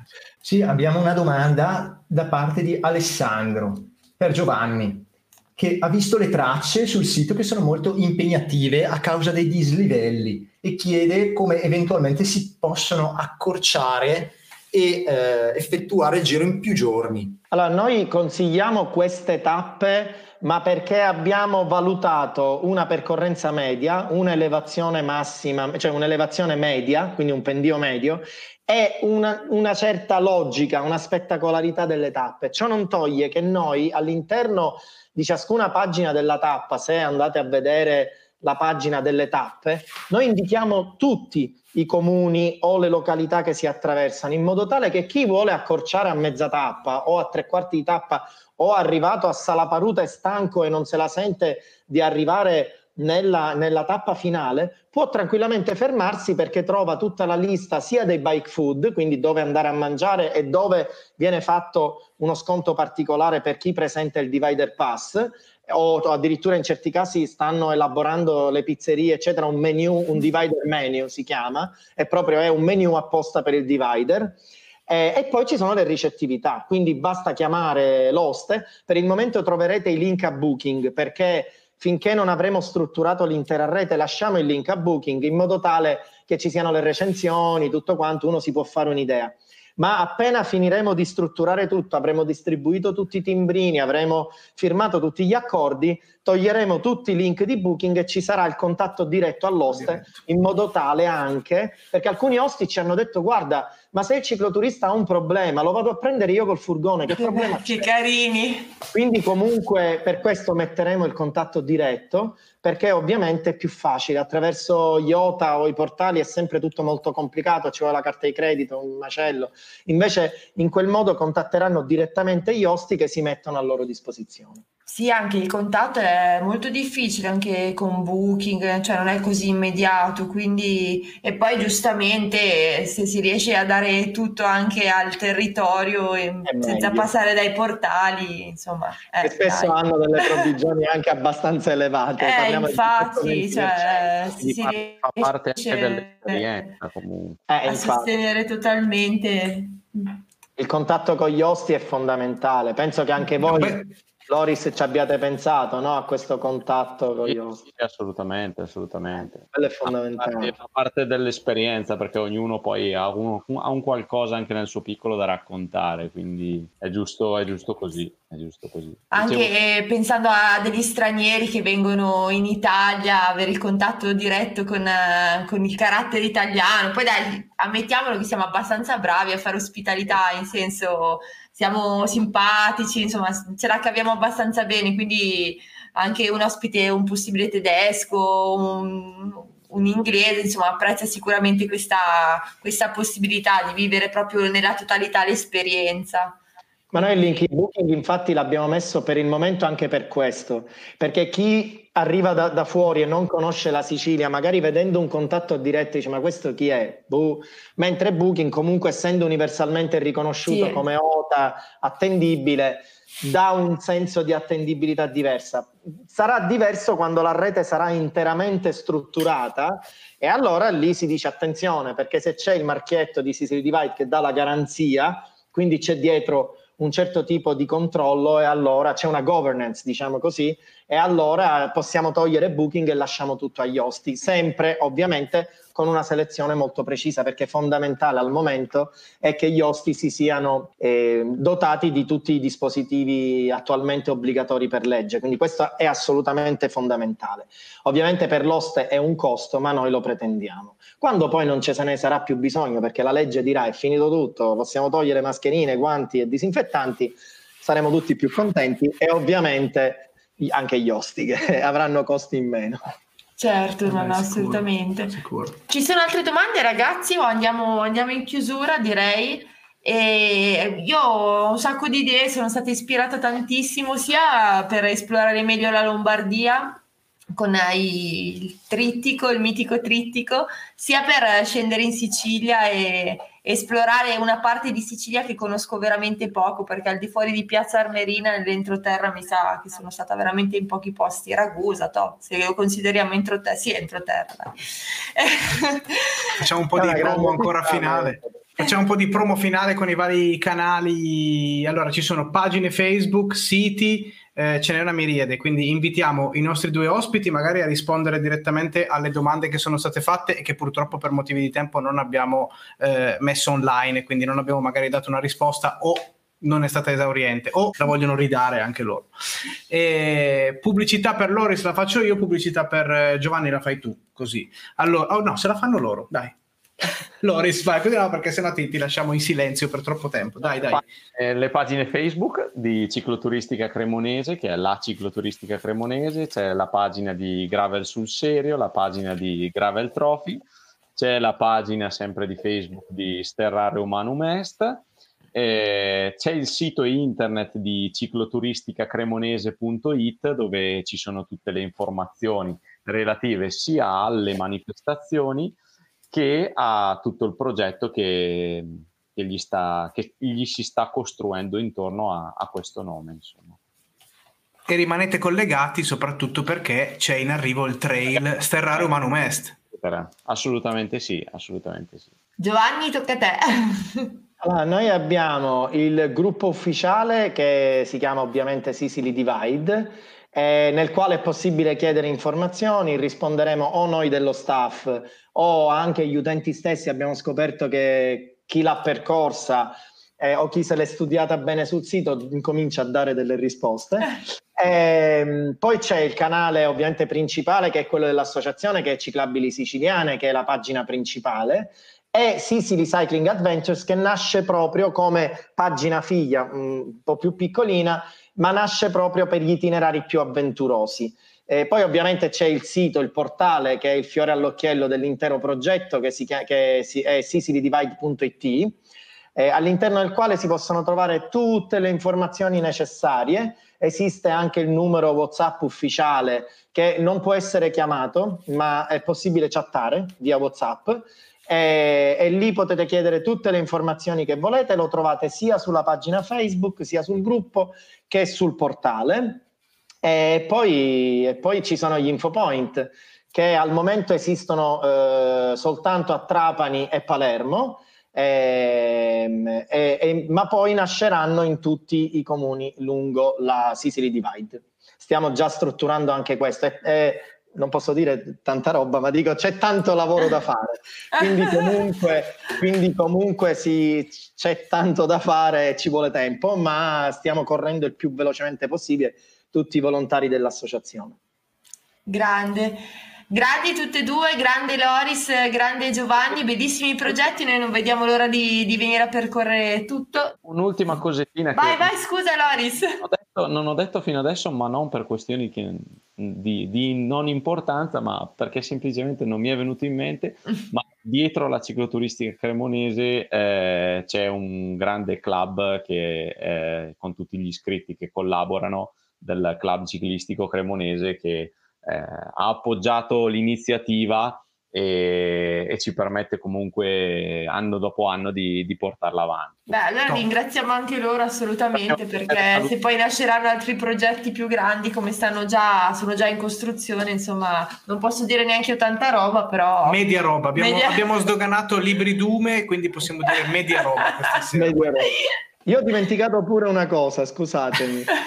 Sì, abbiamo una domanda da parte di Alessandro per Giovanni, che ha visto le tracce sul sito che sono molto impegnative a causa dei dislivelli e chiede come eventualmente si possono accorciare e effettuare il giro in più giorni. Allora, noi consigliamo queste tappe, ma perché abbiamo valutato una percorrenza media, un'elevazione massima, cioè un'elevazione media, quindi un pendio medio, e una certa logica, una spettacolarità delle tappe. Ciò non toglie che noi all'interno di ciascuna pagina della tappa, se andate a vedere la pagina delle tappe, noi indichiamo tutti i comuni o le località che si attraversano, in modo tale che chi vuole accorciare a mezza tappa o a 3/4 di tappa o arrivato a Salaparuta è stanco e non se la sente di arrivare nella tappa finale, può tranquillamente fermarsi perché trova tutta la lista sia dei bike food, quindi dove andare a mangiare e dove viene fatto uno sconto particolare per chi presenta il Divider Pass, o addirittura in certi casi stanno elaborando le pizzerie eccetera un menu, un divider menu si chiama, è un menu apposta per il divider. E poi ci sono le ricettività, quindi basta chiamare l'oste. Per il momento troverete i link a Booking, perché finché non avremo strutturato l'intera rete lasciamo il link a Booking in modo tale che ci siano le recensioni, tutto quanto, uno si può fare un'idea. Ma appena finiremo di strutturare tutto, avremo distribuito tutti i timbrini, avremo firmato tutti gli accordi, toglieremo tutti i link di Booking e ci sarà il contatto diretto all'oste, in modo tale anche, perché alcuni osti ci hanno detto guarda, ma se il cicloturista ha un problema, lo vado a prendere io col furgone, che problema c'è? Che carini! Quindi comunque per questo metteremo il contatto diretto, perché ovviamente è più facile, attraverso IOTA o i portali è sempre tutto molto complicato, ci vuole la carta di credito, un macello, invece in quel modo contatteranno direttamente gli osti che si mettono a loro disposizione. Sì, anche il contatto è molto difficile anche con Booking, cioè non è così immediato, quindi e poi giustamente se si riesce a dare tutto anche al territorio senza passare dai portali, insomma. Che spesso hanno delle provvigioni anche abbastanza elevate. Infatti, cioè, fa parte anche dell'esperienza comunque. A sostenere totalmente. Il contatto con gli osti è fondamentale, penso che anche voi... Loris, ci abbiate pensato, no, a questo contatto con gli osti? Sì, assolutamente. Quello è fondamentale. Fa parte dell'esperienza, perché ognuno poi ha un qualcosa anche nel suo piccolo da raccontare, quindi è giusto così. Anche pensando a degli stranieri che vengono in Italia, avere il contatto diretto con il carattere italiano, poi dai, ammettiamolo che siamo abbastanza bravi a fare ospitalità, in senso siamo simpatici, insomma ce la caviamo abbastanza bene, quindi anche un ospite, un possibile tedesco, un inglese, insomma apprezza sicuramente questa possibilità di vivere proprio nella totalità l'esperienza. Ma noi il link in Booking infatti l'abbiamo messo per il momento anche per questo, perché chi arriva da fuori e non conosce la Sicilia, magari vedendo un contatto diretto dice ma questo chi è? Mentre Booking comunque essendo universalmente riconosciuto come OTA attendibile dà un senso di attendibilità diversa. Sarà diverso quando la rete sarà interamente strutturata e allora lì si dice attenzione, perché se c'è il marchietto di Sicily Divide che dà la garanzia, quindi c'è dietro un certo tipo di controllo e allora c'è una governance, diciamo così, e allora possiamo togliere Booking e lasciamo tutto agli hosti, sempre ovviamente con una selezione molto precisa, perché fondamentale al momento è che gli hosti si siano dotati di tutti i dispositivi attualmente obbligatori per legge, quindi questo è assolutamente fondamentale. Ovviamente per l'host è un costo, ma noi lo pretendiamo. Quando poi non ce ne sarà più bisogno, perché la legge dirà è finito tutto, possiamo togliere mascherine, guanti e disinfettanti, saremo tutti più contenti, e ovviamente anche gli hosti che avranno costi in meno. Certo, no, sicuro, assolutamente. Sicuro. Ci sono altre domande, ragazzi, o andiamo in chiusura, direi? E io ho un sacco di idee, sono stata ispirata tantissimo sia per esplorare meglio la Lombardia con il mitico trittico, sia per scendere in Sicilia e esplorare una parte di Sicilia che conosco veramente poco, perché al di fuori di Piazza Armerina nell'entroterra mi sa che sono stata veramente in pochi posti. Ragusa, se lo consideriamo entroterra, sì, entroterra. Facciamo un po' di promo ancora finale. Facciamo un po' di promo finale con i vari canali. Allora, ci sono pagine Facebook, siti, ce n'è una miriade, quindi invitiamo i nostri due ospiti magari a rispondere direttamente alle domande che sono state fatte e che purtroppo per motivi di tempo non abbiamo messo online, quindi non abbiamo magari dato una risposta, o non è stata esauriente, o la vogliono ridare anche loro. Pubblicità per Loris la faccio io, pubblicità per Giovanni la fai tu, così. Allora, no, se la fanno loro, dai. Loris, vai, così no, perché sennò ti lasciamo in silenzio per troppo tempo. Dai. Le pagine Facebook di Cicloturistica Cremonese, che è la Cicloturistica Cremonese, c'è la pagina di Gravel sul Serio, la pagina di Gravel Trophy, c'è la pagina sempre di Facebook di Sterrare Humanum Est, c'è il sito internet di cicloturisticacremonese.it, dove ci sono tutte le informazioni relative sia alle manifestazioni che a tutto il progetto che gli si sta costruendo intorno a questo nome, insomma. E rimanete collegati soprattutto perché c'è in arrivo il trail Sterrare Humanum Est. Assolutamente sì. Giovanni, tocca a te. Allora, noi abbiamo il gruppo ufficiale che si chiama ovviamente Sicily Divide, nel quale è possibile chiedere informazioni, risponderemo o noi dello staff o anche gli utenti stessi. Abbiamo scoperto che chi l'ha percorsa o chi se l'è studiata bene sul sito incomincia a dare delle risposte. Poi c'è il canale ovviamente principale, che è quello dell'associazione, che è Ciclabili Siciliane, che è la pagina principale, e Sicily Cycling Adventures, che nasce proprio come pagina figlia, un po' più piccolina, ma nasce proprio per gli itinerari più avventurosi. Poi ovviamente c'è il sito, il portale, che è il fiore all'occhiello dell'intero progetto, che è sicilydivide.it, all'interno del quale si possono trovare tutte le informazioni necessarie. Esiste anche il numero WhatsApp ufficiale, che non può essere chiamato, ma è possibile chattare via WhatsApp, e lì potete chiedere tutte le informazioni che volete. Lo trovate sia sulla pagina Facebook, sia sul gruppo, che sul portale. E poi ci sono gli infopoint, che al momento esistono soltanto a Trapani e Palermo, ma poi nasceranno in tutti i comuni lungo la Sicily Divide. Stiamo già strutturando anche questo. Non posso dire tanta roba, ma dico c'è tanto lavoro da fare, quindi comunque c'è tanto da fare e ci vuole tempo, ma stiamo correndo il più velocemente possibile, tutti i volontari dell'associazione. Grandi tutte e due, grande Loris, grande Giovanni, bellissimi progetti, noi non vediamo l'ora di venire a percorrere tutto. Un'ultima cosettina. Vai, scusa Loris. Non ho detto fino adesso, ma non per questioni di non importanza, ma perché semplicemente non mi è venuto in mente, ma dietro la Cicloturistica Cremonese c'è un grande club che con tutti gli iscritti che collaborano del club ciclistico cremonese, che ha appoggiato l'iniziativa e ci permette comunque anno dopo anno di portarla avanti. Beh, allora ringraziamo anche loro assolutamente, perché se poi nasceranno altri progetti più grandi, come sono già in costruzione, insomma, non posso dire neanche io tanta roba, però media roba, abbiamo sdoganato Libri Dume, quindi possiamo dire media roba questa sera. Io ho dimenticato pure una cosa, scusatemi.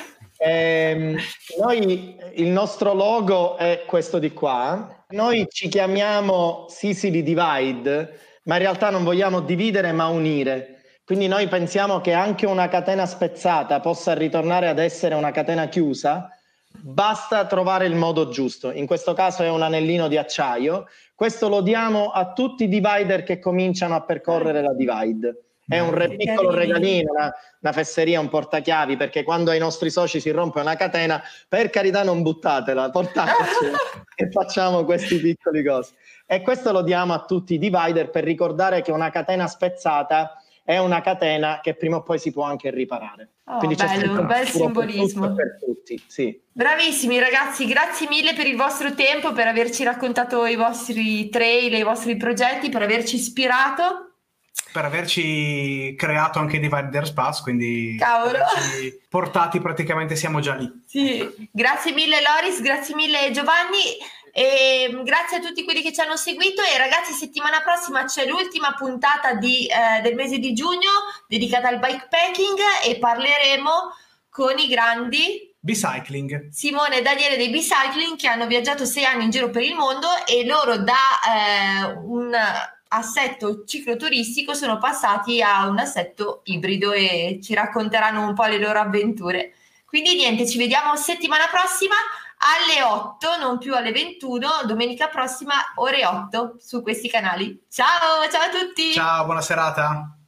Noi, il nostro logo è questo di qua. Noi ci chiamiamo Sicily Divide, ma in realtà non vogliamo dividere ma unire. Quindi noi pensiamo che anche una catena spezzata possa ritornare ad essere una catena chiusa, basta trovare il modo giusto. In questo caso è un anellino di acciaio. Questo lo diamo a tutti i divider che cominciano a percorrere la divide. È un piccolo regalino, una fesseria, un portachiavi, perché quando ai nostri soci si rompe una catena, per carità non buttatela, portatecela e facciamo questi piccoli cose. E questo lo diamo a tutti i divider per ricordare che una catena spezzata è una catena che prima o poi si può anche riparare. Quindi bello, un bel simbolismo. Per tutti, sì. Bravissimi ragazzi, grazie mille per il vostro tempo, per averci raccontato i vostri trail, i vostri progetti, per averci ispirato. Per averci creato anche Divider Space, quindi portati praticamente, siamo già lì. Sì. Grazie mille Loris, grazie mille Giovanni e grazie a tutti quelli che ci hanno seguito. E ragazzi, settimana prossima c'è l'ultima puntata del mese di giugno dedicata al bikepacking e parleremo con i grandi Bicycling, Simone e Daniele dei Bicycling, che hanno viaggiato 6 anni in giro per il mondo e loro da un assetto cicloturistico sono passati a un assetto ibrido e ci racconteranno un po' le loro avventure. Quindi niente, ci vediamo settimana prossima alle 8, non più alle 21, domenica prossima ore 8 su questi canali. Ciao a tutti! Ciao, buona serata!